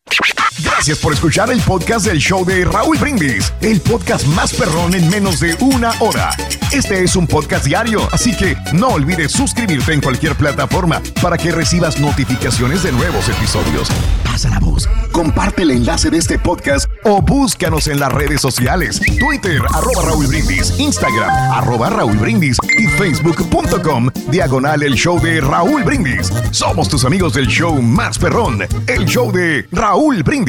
Gracias por escuchar el podcast del show de Raúl Brindis, el podcast más perrón en menos de una hora. Este es un podcast diario, así que no olvides suscribirte en cualquier plataforma para que recibas notificaciones de nuevos episodios. Pasa la voz, comparte el enlace de este podcast o búscanos en las redes sociales. Twitter, arroba Raúl Brindis, Instagram, arroba Raúl Brindis y Facebook.com, diagonal el show de Raúl Brindis. Somos tus amigos del show más perrón, el show de Raúl Brindis.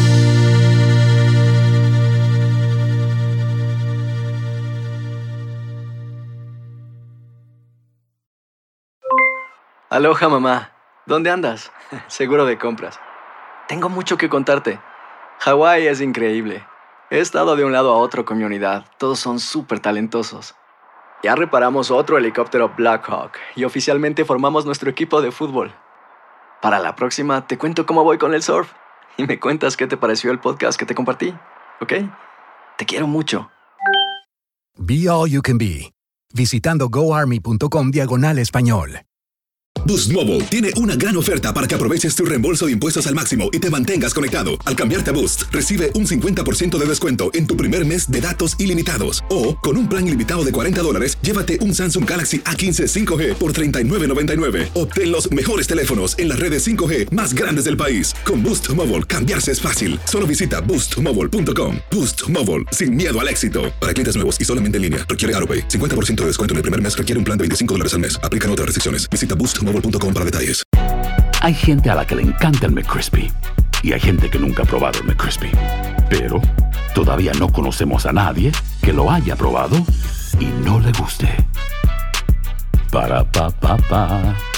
Aloha, mamá. ¿Dónde andas? Seguro de compras. Tengo mucho que contarte. Hawái es increíble. He estado de un lado a otro con mi unidad. Todos son súper talentosos. Ya reparamos otro helicóptero Black Hawk y oficialmente formamos nuestro equipo de fútbol. Para la próxima te cuento cómo voy con el surf y me cuentas qué te pareció el podcast que te compartí, ¿ok? Te quiero mucho. Be All You Can Be, visitando goarmy.com diagonal español. Boost Mobile tiene una gran oferta para que aproveches tu reembolso de impuestos al máximo y te mantengas conectado. Al cambiarte a Boost, recibe un cincuenta por ciento de descuento en tu primer mes de datos ilimitados. O, con un plan ilimitado de cuarenta dólares, llévate un Samsung Galaxy A quince cinco G por treinta y nueve noventa y nueve. Obtén los mejores teléfonos en las redes cinco G más grandes del país. Con Boost Mobile, cambiarse es fácil. Solo visita boost mobile punto com. Boost Mobile, sin miedo al éxito. Para clientes nuevos y solamente en línea, requiere AutoPay. cincuenta por ciento de descuento en el primer mes requiere un plan de veinticinco dólares al mes. Aplican otras restricciones. Visita boost mobile punto com para detalles. Hay gente a la que le encanta el McCrispy y hay gente que nunca ha probado el McCrispy. Pero todavía no conocemos a nadie que lo haya probado y no le guste. Para pa pa pa.